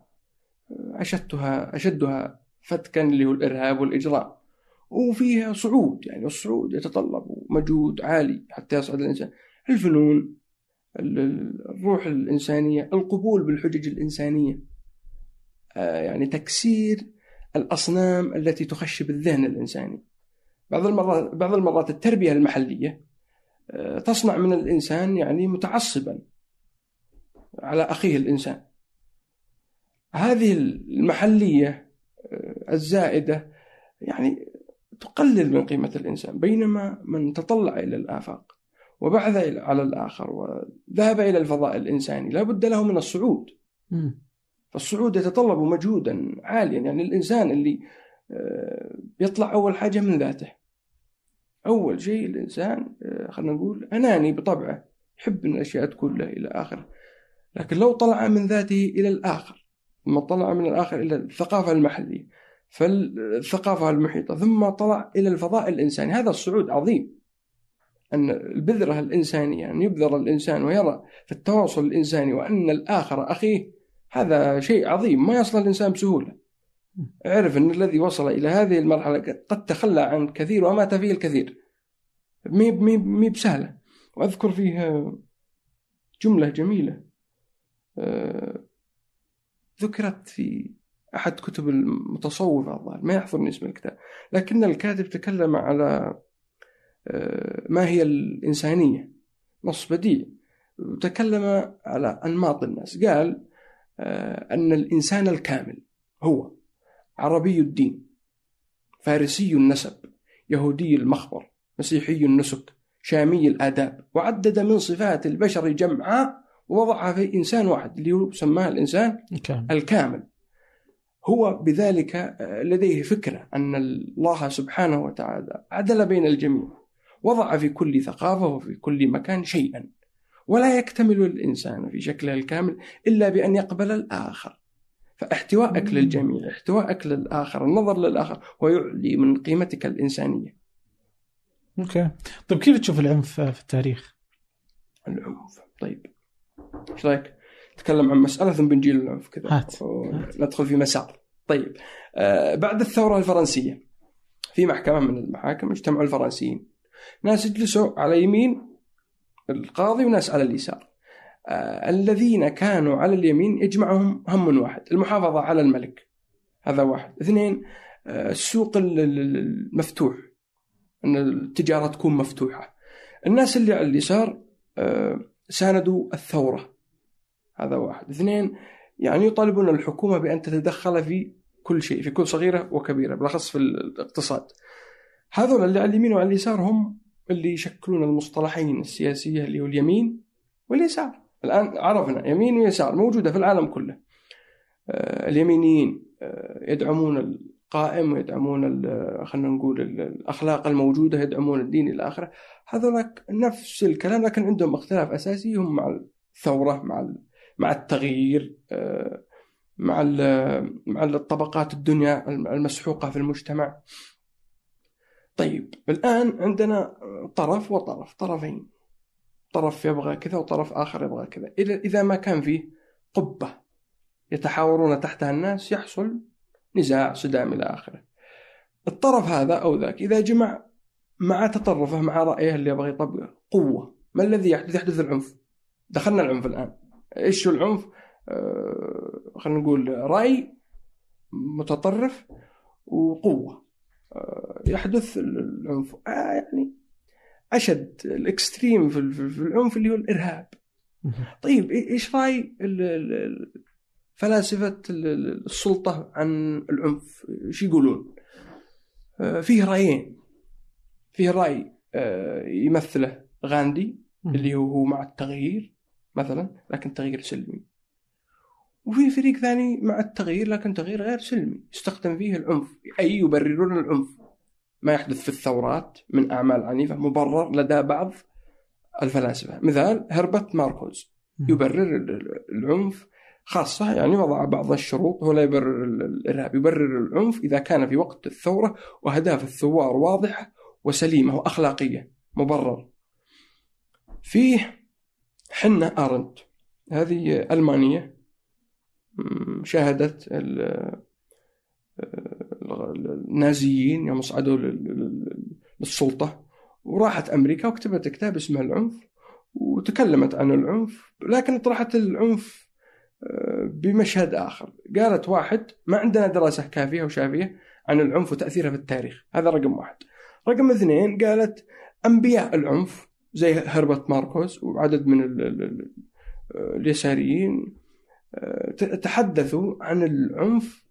أشدها فتكا اللي هو الإرهاب والإجرام، وفيها صعود، يعني الصعود يتطلب مجهود عالي حتى يصعد الإنسان. الفنون، الروح الإنسانية، القبول بالحجج الإنسانية، يعني تكسير الأصنام التي تخشب الذهن الإنساني. بعض المرات التربية المحلية تصنع من الإنسان يعني متعصبا على أخيه الإنسان. هذه المحلية الزائدة يعني تقلل من قيمة الإنسان، بينما من تطلع إلى الآفاق وبحث على الآخر وذهب إلى الفضاء الإنساني لا بد له من الصعود. فالصعود يتطلب مجهودا عاليا. يعني الإنسان اللي يطلع أول حاجة من ذاته. أول شيء الإنسان خلنا نقول أناني بطبعه، يحب أن الأشياء تكون له إلى آخره. لكن لو طلع من ذاته إلى الآخر، ثم طلع من الآخر إلى الثقافة المحلية، فالثقافة المحيطة، ثم طلع إلى الفضاء الإنساني، هذا الصعود عظيم. أن البذرة الإنسانية، أن يبذر الإنسان ويرى في التواصل الإنساني وأن الآخر أخيه، هذا شيء عظيم ما يصل الإنسان بسهولة. اعرف أن الذي وصل إلى هذه المرحلة قد تخلى عن كثير ومات فيه الكثير، مي بسهلة. وأذكر فيها جملة جميلة ذكرت في أحد كتب المتصوفة الظاهر، ما يحضرني اسم الكتاب، لكن الكاتب تكلم على ما هي الإنسانية، نص بديع، وتكلم على أنماط الناس. قال أن الإنسان الكامل هو عربي الدين، فارسي النسب، يهودي المخبر، مسيحي النسك، شامي الآداب، وعدد من صفات البشر جمعاء ووضعها في إنسان واحد اللي هو سماه الإنسان الكامل. هو بذلك لديه فكرة أن الله سبحانه وتعالى عدل بين الجميع، وضع في كل ثقافة وفي كل مكان شيئا، ولا يكتمل الإنسان في شكله الكامل إلا بأن يقبل الآخر. فاحتوائك للجميع، احتوائك للآخر، النظر للآخر، ويعلي من قيمتك الإنسانية. أوكي. طيب كيف تشوف العنف في التاريخ؟ العنف، طيب إيش رأيك نتكلم عن مسألة ثم بنجيل العنف كذا ندخل في مسار. طيب بعد الثورة الفرنسية في محكمة من المحاكم اجتمعوا الفرنسيين، ناس يجلسوا على يمين القاضي وناس على اليسار. الذين كانوا على اليمين يجمعهم هم واحد، المحافظة على الملك، هذا واحد. اثنين، السوق المفتوح، أن التجارة تكون مفتوحة. الناس اللي على اليسار ساندوا الثورة، هذا واحد. اثنين، يعني يطالبون الحكومة بأن تتدخل في كل شيء، في كل صغيرة وكبيرة، بالأخص في الاقتصاد. هذول اللي على اليمين وعلى اليسار هم اللي يشكلون المصطلحين السياسية اللي هو اليمين واليسار. الآن عرفنا يمين ويسار موجودة في العالم كله. اليمينيين يدعمون القائم ويدعمون خلنا نقول الأخلاق الموجودة، يدعمون الدين إلى آخره. هذول نفس الكلام لكن عندهم اختلاف أساسي، هم مع الثورة، مع التغيير، مع الطبقات الدنيا المسحوقة في المجتمع. طيب الآن عندنا طرف وطرف، طرفين، طرف يبغى كذا وطرف آخر يبغى كذا. إذا ما كان فيه قبة يتحاورون تحتها الناس يحصل نزاع، صدام إلى آخره. الطرف هذا أو ذاك إذا جمع مع تطرفه، مع رأيه اللي يبغى يطبقه قوة، ما الذي يحدث؟ يحدث العنف. دخلنا العنف الآن. إيش العنف؟ خلينا نقول رأي متطرف وقوة، يحدث العنف. يعني أشد الإكستريم في العنف اللي هو الإرهاب. طيب إيش رأي فلاسفة السلطة عن العنف؟ إيش يقولون؟ فيه رأيين. فيه رأي يمثله غاندي اللي هو مع التغيير مثلا، لكن تغيير سلمي. وفي فريق ثاني مع التغيير لكن تغيير غير سلمي، يستخدم فيه العنف، أي يبررون العنف. ما يحدث في الثورات من أعمال عنيفة مبرر لدى بعض الفلاسفة. مثال هربرت ماركوز يبرر العنف خاصة يعني وضع بعض الشروط. هو لا يبرر الإرهاب، يبرر العنف إذا كان في وقت الثورة وأهداف الثوار واضحة وسليمة وأخلاقية مبرر. فيه حنة أرنت، هذه ألمانية شاهدت النازيين يوم صعدوا للسلطة، وراحت أمريكا وكتبت كتاب اسمه العنف، وتكلمت عن العنف، لكن طرحت العنف بمشهد آخر. قالت واحد، ما عندنا دراسة كافية وشافية عن العنف وتأثيره في التاريخ، هذا رقم واحد. رقم اثنين، قالت أنبياء العنف زي هربرت ماركوس وعدد من اليساريين تحدثوا عن العنف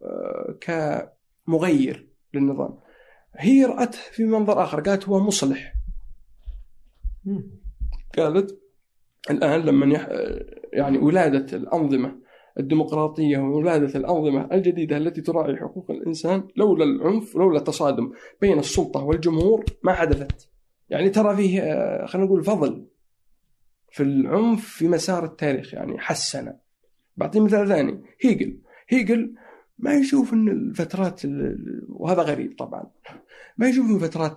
كمغير للنظام. هي رأته في منظر آخر، قالت هو مصلح. قالت الآن لما يعني ولادة الأنظمة الديمقراطية وولادة الأنظمة الجديدة التي تراعي حقوق الإنسان، لولا العنف ولولا التصادم بين السلطة والجمهور ما حدثت. يعني ترى فيه خلينا نقول فضل في العنف في مسار التاريخ، يعني حسن. بعطي مثال ثاني، هيجل ما يشوف ان الفترات، وهذا غريب طبعا، ما يشوف ان فترات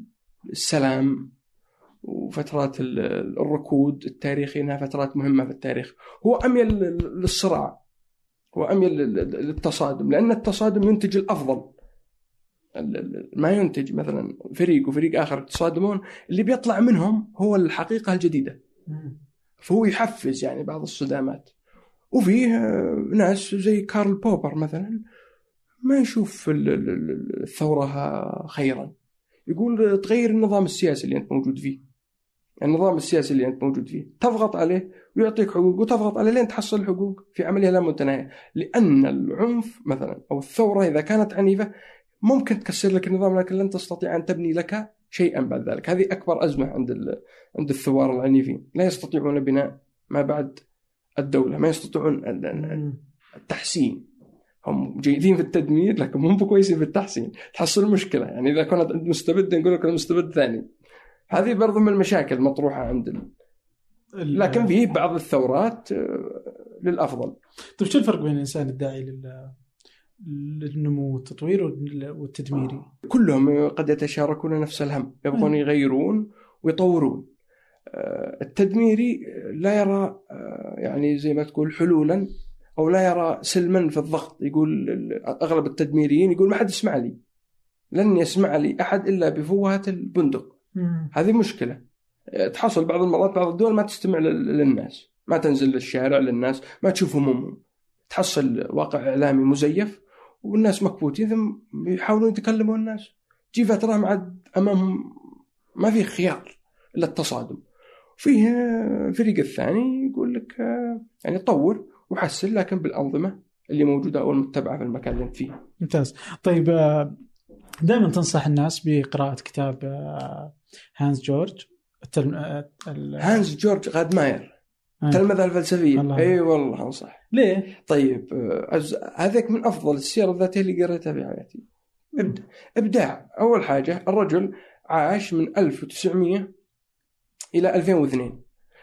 السلام وفترات الركود التاريخي انها فترات مهمة في التاريخ. هو أميل للصراع، هو أميل للتصادم، لأن التصادم ينتج الأفضل، ما ينتج مثلا فريق وفريق آخر يتصادمون، اللي بيطلع منهم هو الحقيقة الجديدة. فهو يحفز يعني بعض الصدامات. وفيه ناس زي كارل بوبر مثلا ما يشوف الثورة خيرا، يقول تغير النظام السياسي اللي أنت موجود فيه، النظام السياسي اللي أنت موجود فيه تضغط عليه ويعطيك حقوق وتضغط عليه لين تحصل الحقوق في عملية لا متناهية. لأن العنف مثلا أو الثورة إذا كانت عنيفة ممكن تكسر لك النظام، لكن لن تستطيع أن تبني لك شيئا بعد ذلك. هذه أكبر أزمة عند الثوار العنيفين، لا يستطيعون بناء ما بعد الدولة، ما يستطيعون التحسين. هم جيدين في التدمير لكن هم كويسين في التحسين. تحصل المشكلة يعني إذا كنت مستبد نقول لك مستبد ثاني. هذه برضو من المشاكل المطروحة عندنا، لكن فيه بعض الثورات للأفضل. طيب شو الفرق بين الإنسان الداعي للنمو والتطوير والتدميري؟ كلهم قد يتشاركون نفس الهم، يبغون يغيرون ويطورون. التدميري لا يرى يعني زي ما تقول حلولا، أو لا يرى سلما في الضغط. يقول أغلب التدميريين يقول ما حد يسمع لي، لن يسمع لي أحد إلا بفوهة البندق. هذه مشكلة تحصل بعض المرات. بعض الدول ما تستمع للناس، ما تنزل للشارع للناس، ما تشوفهم هم. تحصل واقع إعلامي مزيف والناس مكبوتين، ثم يحاولون يتكلموا الناس. جي فترة معد أمامهم ما في خيار إلا التصادم. فيه الفريق الثاني يقول لك يعني طور وحسن، لكن بالأنظمة اللي موجودة أو المتبعة في المكان اللي فيه. ممتاز. طيب دائما تنصح الناس بقراءة كتاب هانز جورج هانز جورج غادماير تلمذة الفلسفية. أي والله أنصح. ليه؟ طيب هذاك من أفضل السير الذاتية اللي قرأتها في حياتي. إبداع. أول حاجة الرجل عاش من 1900 إلى 2002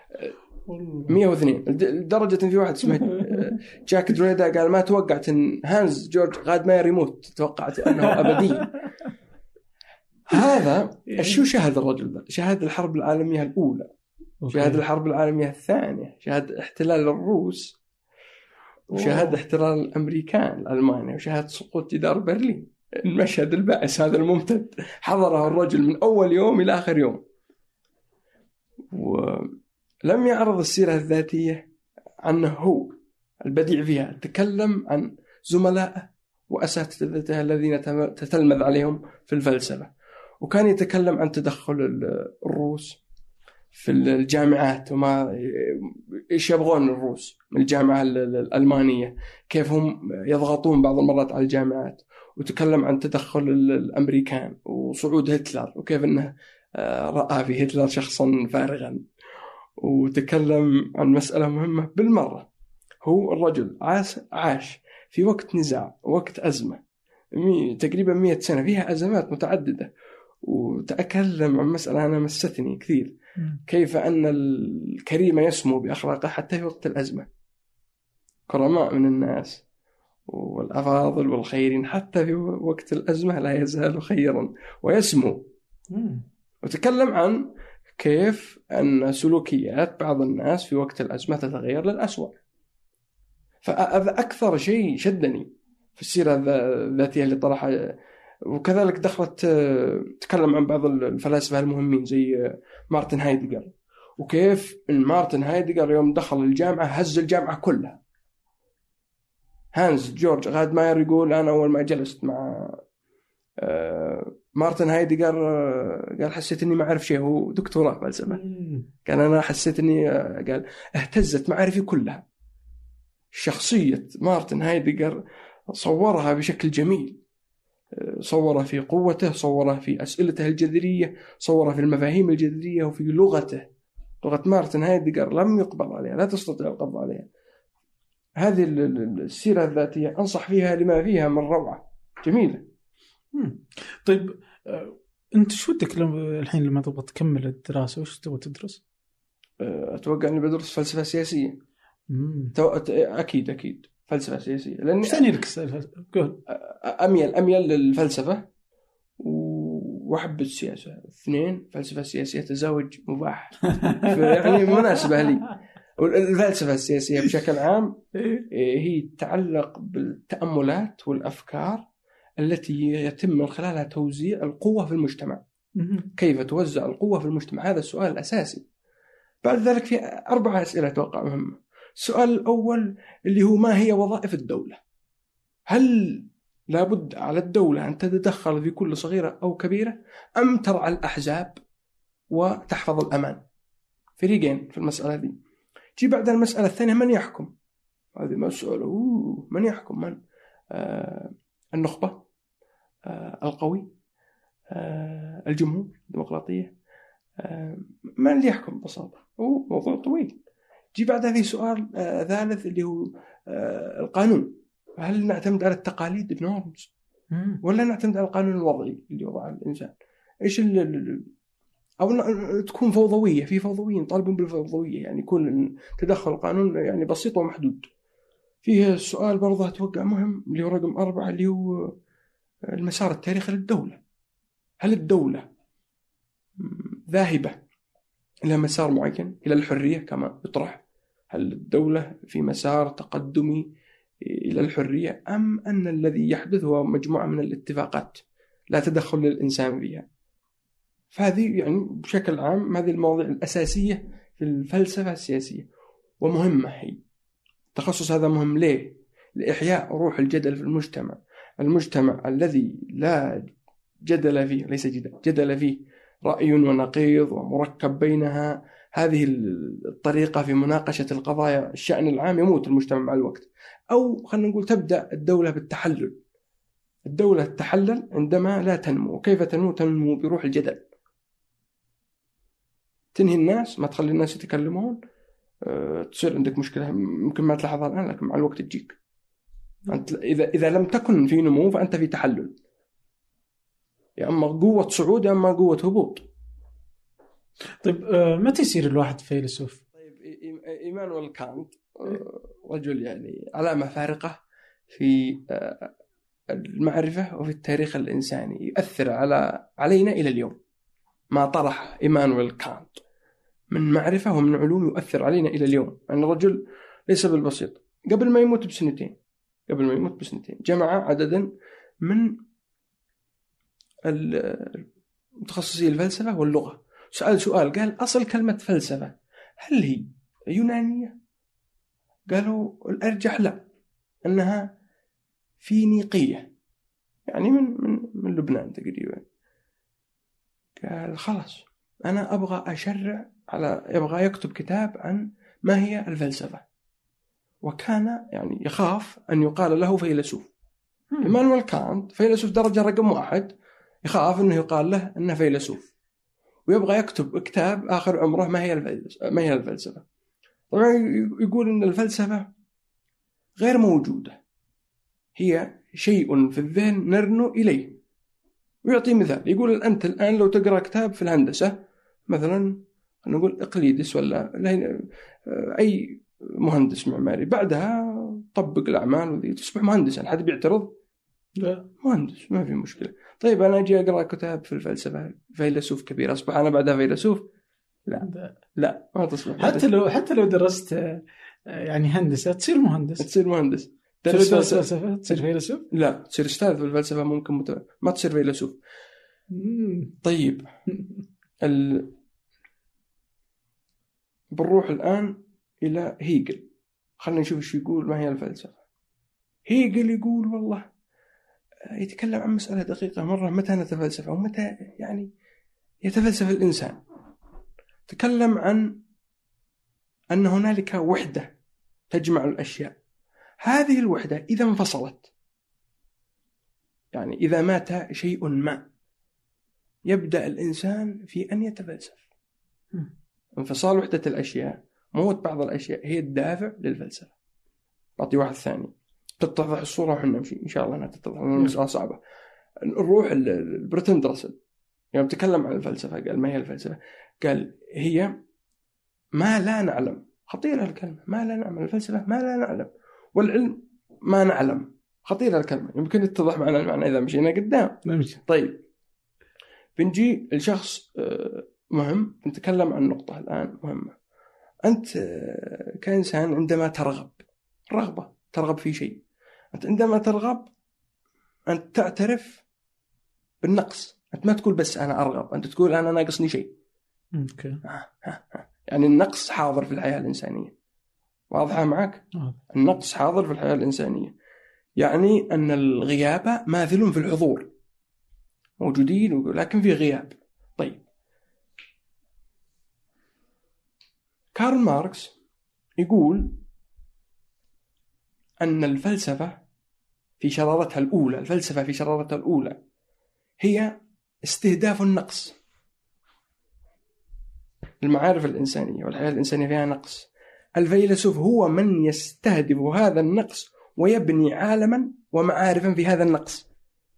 102 لدرجة في واحد اسمه جاك دريدا قال ما توقعت أن هانز جورج غادماير يموت، توقعت أنه أبدي. هذا شو شاهد الرجل ذا؟ شاهد الحرب العالمية الأولى، شاهد الحرب العالمية الثانية، شاهد احتلال الروس، وشاهد احتلال الأمريكان الألماني، وشاهد سقوط جدار برلين. المشهد البائس هذا الممتد حضره الرجل من أول يوم إلى آخر يوم. ولم يعرض السيرة الذاتية عنه هو البديع فيها، تكلم عن زملائه وأساتذته الذين تتلمذ عليهم في الفلسفة، وكان يتكلم عن تدخل الروس في الجامعات وما إيش يبغون الروس من الجامعة الألمانية، كيف هم يضغطون بعض المرات على الجامعات، وتكلم عن تدخل الأمريكان وصعود هتلر وكيف أنه رأى في هتلر شخصا فارغا. وتكلم عن مسألة مهمة بالمرة، هو الرجل عاش في وقت نزاع، وقت أزمة تقريبا 100 سنة فيها أزمات متعددة، وتكلم عن مسألة أنا مستني كثير، كيف أن الكريم يسمو بأخلاقه حتى في وقت الأزمة. كرماء من الناس والأفاضل والخيرين حتى في وقت الأزمة لا يزال خيرا ويسمو. وتكلم عن كيف أن سلوكيات بعض الناس في وقت الأزمة تتغير للأسوأ. فهذا أكثر شيء شدني في السيرة الذاتية اللي طرحها. وكذلك دخلت تكلم عن بعض الفلاسفة المهمين زي مارتن هايدغر، وكيف إن مارتن هايدغر يوم دخل الجامعة هز الجامعة كلها. هانز جورج غادماير يقول أنا أول ما جلست مع مارتن هايدغر قال حسيت إني ما أعرف شيء، هو دكتوراه فلسفة، قال أنا حسيت إني قال اهتزت معارفي كلها. شخصية مارتن هايدغر صورها بشكل جميل، صورها في قوته، صورها في أسئلته الجذرية، صورها في المفاهيم الجذرية، وفي لغته. لغة مارتن هايدغر لم يقبض عليها، لا تستطيع القبض عليها. هذه السيرة الذاتية أنصح فيها لما فيها من روعة جميلة. طيب أنت شو ودك الحين لما تبغى تكمل الدراسة وش تبغى تدرس؟ أتوقع أني بدرس فلسفة سياسية. أكيد فلسفة سياسية، لأن ثاني لك أميل للفلسفة وأحب السياسة. 2 فلسفة سياسية تزاوج مباح يعني مناسبة لي. والفلسفة السياسية بشكل عام هي تتعلق بالتأملات والأفكار التي يتم من خلالها توزيع القوة في المجتمع. كيف توزع القوة في المجتمع؟ هذا السؤال الأساسي. بعد ذلك في 4 أسئلة أتوقع مهمة. السؤال الأول اللي هو ما هي وظائف الدولة؟ هل لابد على الدولة أن تتدخل في كل صغيرة أو كبيرة، أم ترعى الأحزاب وتحفظ الأمان؟ فريقين في المسألة دي. جي بعد المسألة الثانية من يحكم؟ هذه مسألة من يحكم؟ من؟ النخبة، القوي، الجمهور، الديمقراطية، من اللي يحكم ببساطة؟ هو موضوع طويل. جي بعد هذه سؤال ثالث اللي هو القانون. هل نعتمد على التقاليد النورمز ولا نعتمد على القانون الوضعي اللي وضعه الإنسان؟ إيش أو تكون فوضوية؟ في فوضويين طالبون بالفوضوية، يعني يكون تدخل القانون يعني بسيط ومحدود. فيه السؤال برضه أتوقع مهم اللي هو رقم 4 اللي هو المسار التاريخي للدولة. هل الدولة ذاهبة إلى مسار معين إلى الحرية كما يطرح؟ هل الدولة في مسار تقدمي إلى الحرية، أم أن الذي يحدث هو مجموعة من الاتفاقات لا تدخل للإنسان فيها؟ فهذه يعني بشكل عام هذه المواضيع الأساسية في الفلسفة السياسية ومهمة. هي التخصص هذا مهم ليه؟ لإحياء روح الجدل في المجتمع. المجتمع الذي لا جدل فيه، ليس جدل فيه رأي ونقيض ومركب بينها، هذه الطريقة في مناقشة القضايا الشأن العام، يموت المجتمع مع الوقت. أو خلينا نقول تبدأ الدولة بالتحلل. الدولة تتحلل عندما لا تنمو. كيف تنمو؟ تنمو بروح الجدل. تنهي الناس، ما تخلي الناس يتكلمون، تصير عندك مشكلة ممكن ما تلاحظها الآن لكن مع الوقت تجيك. أنت إذا لم تكن في نمو فأنت في تحلل، يا أما قوة صعود يا أما قوة هبوط. طيب متى يصير الواحد فيلسوف؟ طيب إيمانويل كانت رجل يعني علامة فارقة في المعرفة وفي التاريخ الإنساني، يؤثر علينا إلى اليوم. ما طرح إيمانويل كانت من معرفة ومن علوم يؤثر علينا إلى اليوم. يعني الرجل ليس بالبسيط. قبل ما يموت بسنتين جمع عددا من المتخصصي الفلسفة واللغة. سؤال قال أصل كلمة فلسفة هل هي يونانية؟ قالوا الأرجح لا، أنها فينيقية، يعني من لبنان تقريبا. قال خلاص أنا أبغى أشرع يبغى يكتب كتاب عن ما هي الفلسفة، وكان يعني يخاف أن يقال له فيلسوف. إيمانويل كانت فيلسوف درجة رقم 1، يخاف أنه يقال له أنه فيلسوف، ويبغى يكتب كتاب آخر عمره ما هي الفلسفة. طبعا يقول أن الفلسفة غير موجودة، هي شيء في الذهن نرنو إليه. ويعطي مثال، يقول أنت الآن لو تقرأ كتاب في الهندسة مثلا، نقول إقليدس ولا أي مهندس معماري، بعدها وطبق الأعمال وذي تصبح مهندسا. حد بيعترض؟ لا، مهندس ما في مشكلة. طيب أنا أجي أقرأ كتاب في الفلسفة، فيلسوف كبير، أصبح أنا بعدها فيلسوف؟ لا ما تصبح. حتى لو درست يعني هندسة تصير مهندس. درست فلسفة تصير فيلسوف؟ لا، تصير أستاذ في الفلسفة ممكن ما تصير فيلسوف. طيب بنروح الآن إلى هيجل. خلينا نشوف ايش يقول ما هي الفلسفة. هيجل يقول والله يتكلم عن مسألة دقيقة مرة، متى نتفلسف أو متى يعني يتفلسف الإنسان. تكلم عن أن هنالك وحدة تجمع الأشياء. هذه الوحدة إذا انفصلت، يعني إذا مات شيء ما، يبدأ الإنسان في أن يتفلسف. انفصال وحدة الأشياء، موت بعض الأشياء، هي الدافع للفلسفة. أعطي واحد ثاني تتضح الصورة وحنا نمشي إن شاء الله أنها تتضح، لأن المسألة صعبة. نروح برتند راسل يعني تكلم عن الفلسفة، قال ما هي الفلسفة؟ قال هي ما لا نعلم. خطيرة الكلمة ما لا نعلم. الفلسفة ما لا نعلم، والعلم ما نعلم. خطيرة الكلمة، يمكن يتضح معنا المعنى إذا مشينا قدام. طيب بنجي الشخص مهم، نتكلم عن نقطة الآن مهمة. أنت كإنسان عندما ترغب في شيء، أنت عندما ترغب أنت تعترف بالنقص. أنت ما تقول بس أنا أرغب، أنت تقول أنا ناقصني شيء. يعني النقص حاضر في الحياة الإنسانية. واضحة معك؟ النقص حاضر في الحياة الإنسانية، يعني أن الغياب ماثل في الحضور، موجودين لكن في غياب. طيب كارل ماركس يقول أن الفلسفة في شرارتها الأولى هي استهداف النقص. المعارف الإنسانية والحياة الإنسانية فيها نقص. الفيلسوف هو من يستهدف هذا النقص ويبني عالما ومعارفا في هذا النقص.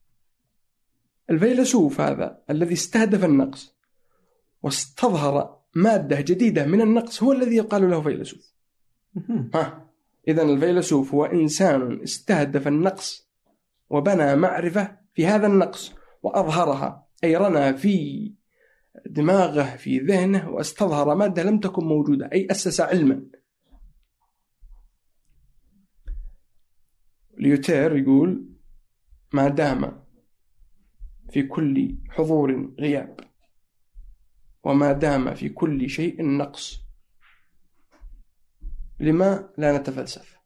الفيلسوف هذا الذي استهدف النقص واستظهر مادة جديدة من النقص هو الذي يقال له فيلسوف. إذن الفيلسوف هو إنسان استهدف النقص وبنى معرفة في هذا النقص وأظهرها، أي رنى في دماغه في ذهنه واستظهر مادة لم تكن موجودة، أي أسس علما. ليوتير يقول ما دام في كل حضور غياب وما دام في كل شيء نقص لما لا نتفلسف.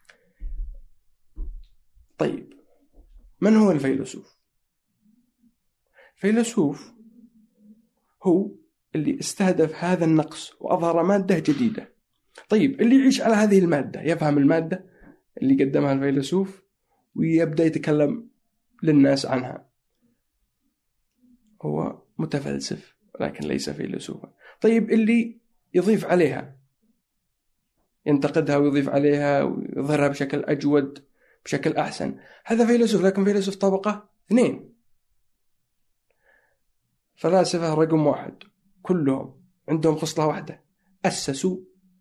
طيب من هو الفيلسوف؟ الفيلسوف هو اللي استهدف هذا النقص وأظهر مادة جديدة. طيب اللي يعيش على هذه المادة يفهم المادة اللي قدمها الفيلسوف ويبدأ يتكلم للناس عنها، هو متفلسف لكن ليس فيلسوفا. طيب اللي يضيف عليها، ينتقدها ويضيف عليها ويظهرها بشكل أجود بشكل أحسن، هذا فيلسوف، لكن فيلسوف طبقة 2. فلاسفة رقم 1 كلهم عندهم خصلة واحدة، أسسوا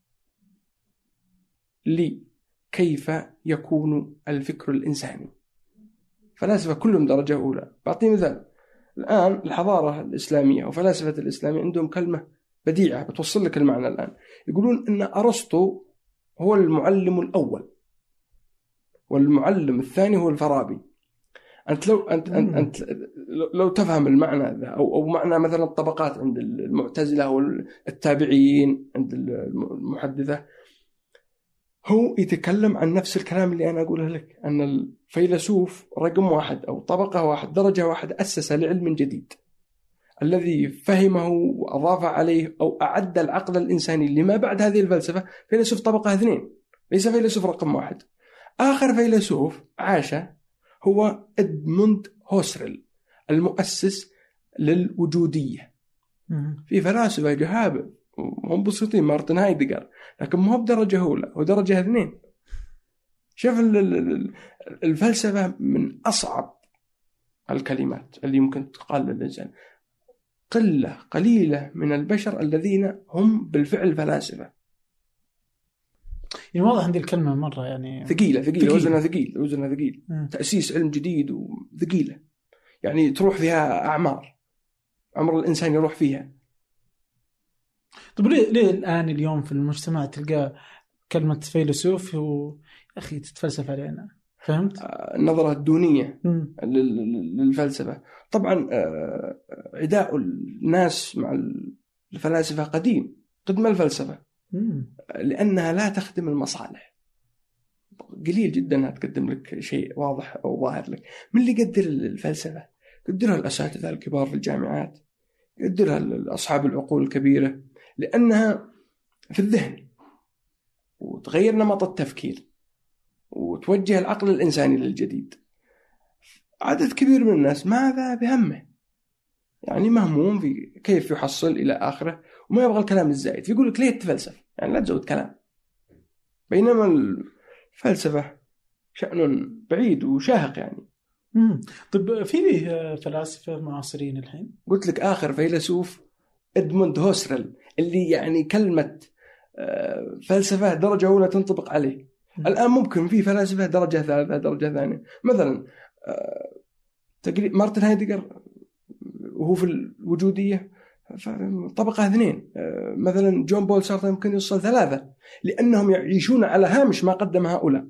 كيف يكون الفكر الإنساني. فلاسفة كلهم درجة أولى. بعطي مثال، الآن الحضارة الإسلامية وفلاسفة الإسلامية عندهم كلمة بديعة بتوصل لك المعنى الآن. يقولون إن أرسطو هو المعلم الأول والمعلم الثاني هو الفارابي. أنت لو تفهم المعنى ذا أو معنى مثلا الطبقات عند المعتزلة والتابعين عند المحدثة، هو يتكلم عن نفس الكلام اللي أنا أقوله لك، أن الفيلسوف رقم 1 أو طبقة 1 درجة 1 أسس لعلم جديد الذي فهمه وأضاف عليه أو أعد العقل الإنساني لما بعد هذه الفلسفة. فيلسوف طبقة 2 ليس فيلسوف رقم 1. آخر فيلسوف عاش هو إدموند هوسرل المؤسس للوجودية. في فلاسفة جهابة هم بسيطين، مارتن هايدغر، لكن ما هو بدرجة أولى، هو درجة 2. شوف الفلسفة من أصعب الكلمات اللي يمكن تقال للإنسان. قليلة من البشر الذين هم بالفعل فلاسفة. يعني واضح عندي الكلمة مرة يعني ثقيلة. وزنها ثقيل. تأسيس علم جديد وثقيلة، يعني تروح فيها أعمار، عمر الإنسان يروح فيها. طب ليه الآن اليوم في المجتمع تلقى كلمة فيلسوف أخي تتفلسف علينا؟ فهمت؟ النظرة الدونية للفلسفة. طبعا عداء الناس مع الفلاسفة قدم الفلسفة، لأنها لا تخدم المصالح. قليل جدا أنها تقدم لك شيء واضح أو ظاهر لك. من اللي يقدر الفلسفة؟ يقدرها الأساتذة الكبار في الجامعات، يقدرها أصحاب العقول الكبيرة، لأنها في الذهن وتغير نمط التفكير وتوجه العقل الإنساني للجديد. عدد كبير من الناس ماذا بهمه، يعني مهموم في كيف يحصل إلى آخره وما يبغى الكلام الزائد، فيقول لك ليه تتفلسف، يعني لا تزود كلام. بينما الفلسفة شأن بعيد وشاهق يعني. طب في فلاسفة معاصرين الحين؟ قلت لك آخر فيلسوف إدموند هوسرل، اللي يعني كلمة فلسفة درجة أولى تنطبق عليه. الآن ممكن في فلاسفة درجة ثالثة درجة ثانية، مثلا مارتن هايدغر وهو في الوجودية طبقة 2. مثلا جون بول سارتر يمكن يوصل 3، لأنهم يعيشون على هامش ما قدم هؤلاء.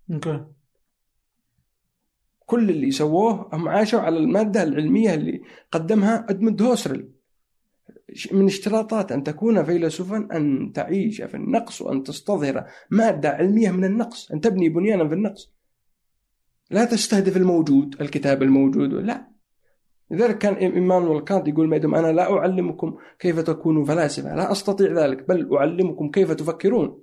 كل اللي سووه هم عاشوا على المادة العلمية اللي قدمها إدموند هوسرل. من اشتراطات أن تكون فيلسوفا أن تعيش في النقص وأن تستظهر مادة علمية من النقص، أن تبني بنيانا في النقص، لا تستهدف الموجود، الكتاب الموجود، لا. لذلك كان إيمانويل كانت يقول ميدم أنا لا أعلمكم كيف تكونوا فلاسفة، لا أستطيع ذلك، بل أعلمكم كيف تفكرون.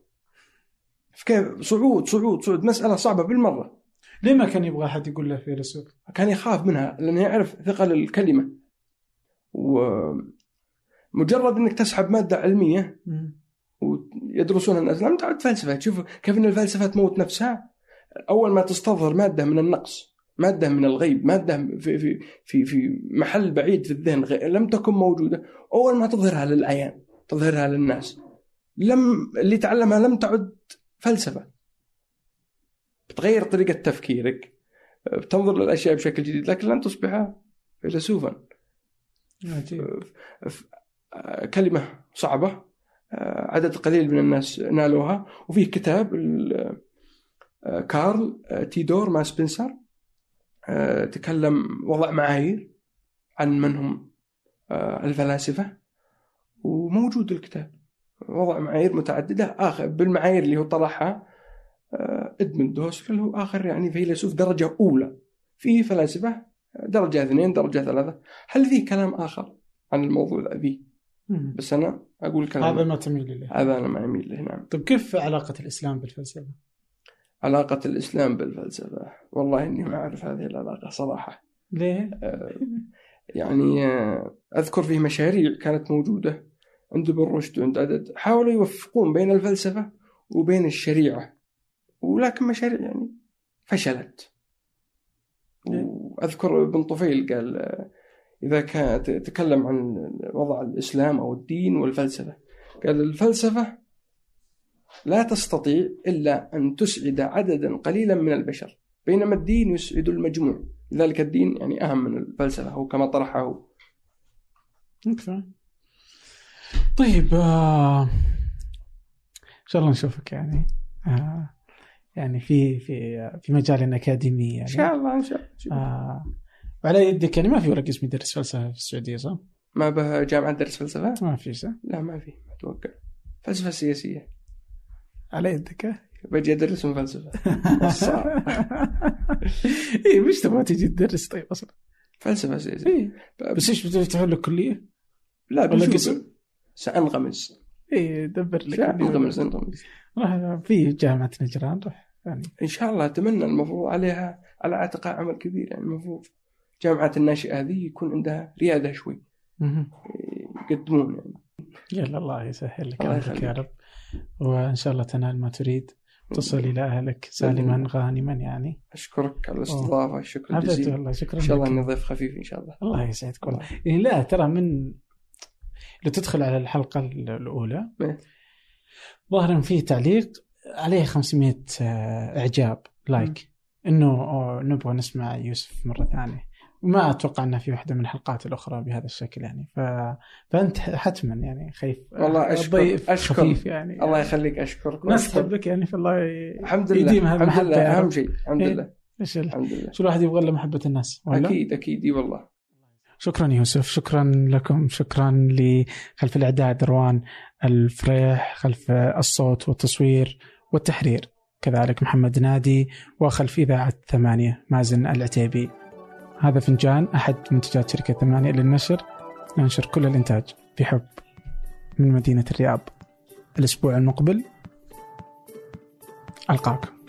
كيف صعود مسألة صعبة بالمرة. ليه ما كان يبغى أحد يقول له فيلسوف؟ كان يخاف منها، لأنه يعرف ثقل الكلمة، ومجرد أنك تسحب مادة علمية ويدرسون الناس لم تعد فلسفة. تشوف كيف أن الفلسفة تموت نفسها أول ما تستظهر مادة من النقص، مادة من الغيب، مادة في محل بعيد في الذهن لم تكن موجودة. أول ما تظهرها للعيان، تظهرها للناس، اللي تعلمها لم تعد فلسفة. بتغير طريقة تفكيرك، بتنظر للأشياء بشكل جديد، لكن لن تصبح فيلسوفا. كلمة صعبة، عدد قليل من الناس نالوها. وفيه كتاب كارل تيدور مع سبنسر تكلم، وضع معايير عن من هم الفلاسفة، وموجود الكتاب وضع معايير متعددة. آخر بالمعايير اللي هو طرحها إدموند هوسرل، هو آخر يعني فيلسوف درجة أولى. فيه فلاسفة درجة 2 درجة 3. هل فيه كلام آخر عن الموضوع ذي؟ بس أنا أقول كلام هذا ما تميل إليه. هذا أنا ما أميل له. نعم. طيب كيف علاقة الإسلام بالفلسفة؟ علاقة الإسلام بالفلسفة والله إني ما أعرف هذه العلاقة صراحة. ليه؟ يعني أذكر فيه مشاريع كانت موجودة عند ابن رشد وعند عدد، حاولوا يوفقون بين الفلسفة وبين الشريعة، ولكن مشاريع يعني فشلت. وأذكر ابن طفيل قال إذا كان تكلم عن وضع الإسلام أو الدين والفلسفة، قال الفلسفة لا تستطيع إلا أن تسعد عددا قليلا من البشر، بينما الدين يسعد المجموع. لذلك الدين يعني أهم من الفلسفة، هو كما طرحه هو. طيب إن شاء الله نشوفك يعني في مجال أكاديمي يعني. إن شاء الله. وعلى يدك يعني ما في ورق اسمه يدرس فلسفة في السعودية صح؟ ما به جامعة درس فلسفة؟ ما في صح؟ لا ما في، أتوقع فلسفة سياسية. على يدك بجي أدرسهم فلسفة. إيه مش تبغى تيجي تدرس طيب أصلا فلسفة سياسية؟ إيه. بس إيش بتفتح لك كلية؟ لا بشوف سأنغمس. إيه دبر لك. أنغمس في جامعة نجران راح يعني. إن شاء الله أتمنى، المفروض عليها على عاتق عمل كبير يعني. المفروض جامعة الناشئة هذه يكون عندها ريادة شوي يقدمون يعني. يلا الله يسهل لك أمرك يا رب، وإن شاء الله تنال ما تريد، تصل إلى أهلك سالما غانما يعني. أشكرك على الاستضافة. الشكر الجزيل والله. شكرا. إن شاء الله إني ضيف خفيف إن شاء الله. الله يسعدك والله. يعني لا ترى من لو تدخل على الحلقة الأولى ظاهرا فيه تعليق عليه 500 إعجاب لايك إنه نبغى نسمع يوسف مرة ثانية، وما أتوقع أنها في واحدة من الحلقات الأخرى بهذا الشكل يعني. فأنت حتما يعني خايف والله أشكر يعني الله يخليك، أشكرك ناس تحبك يعني، فالله الحمد لله الحمد لله أهم شيء الحمد لله. الحمد لله. شو الواحد يبغى له محبة الناس ولا؟ أكيد إي والله. شكرا يوسف، شكرا لكم، شكرا لخلف الإعداد روان الفريح، خلف الصوت والتصوير والتحرير كذلك محمد نادي، وخلف إذاعة 8 مازن العتيبي. هذا فنجان، أحد منتجات شركة 8 للنشر، ننشر كل الإنتاج بحب من مدينة الرياض. الأسبوع المقبل ألقاكم.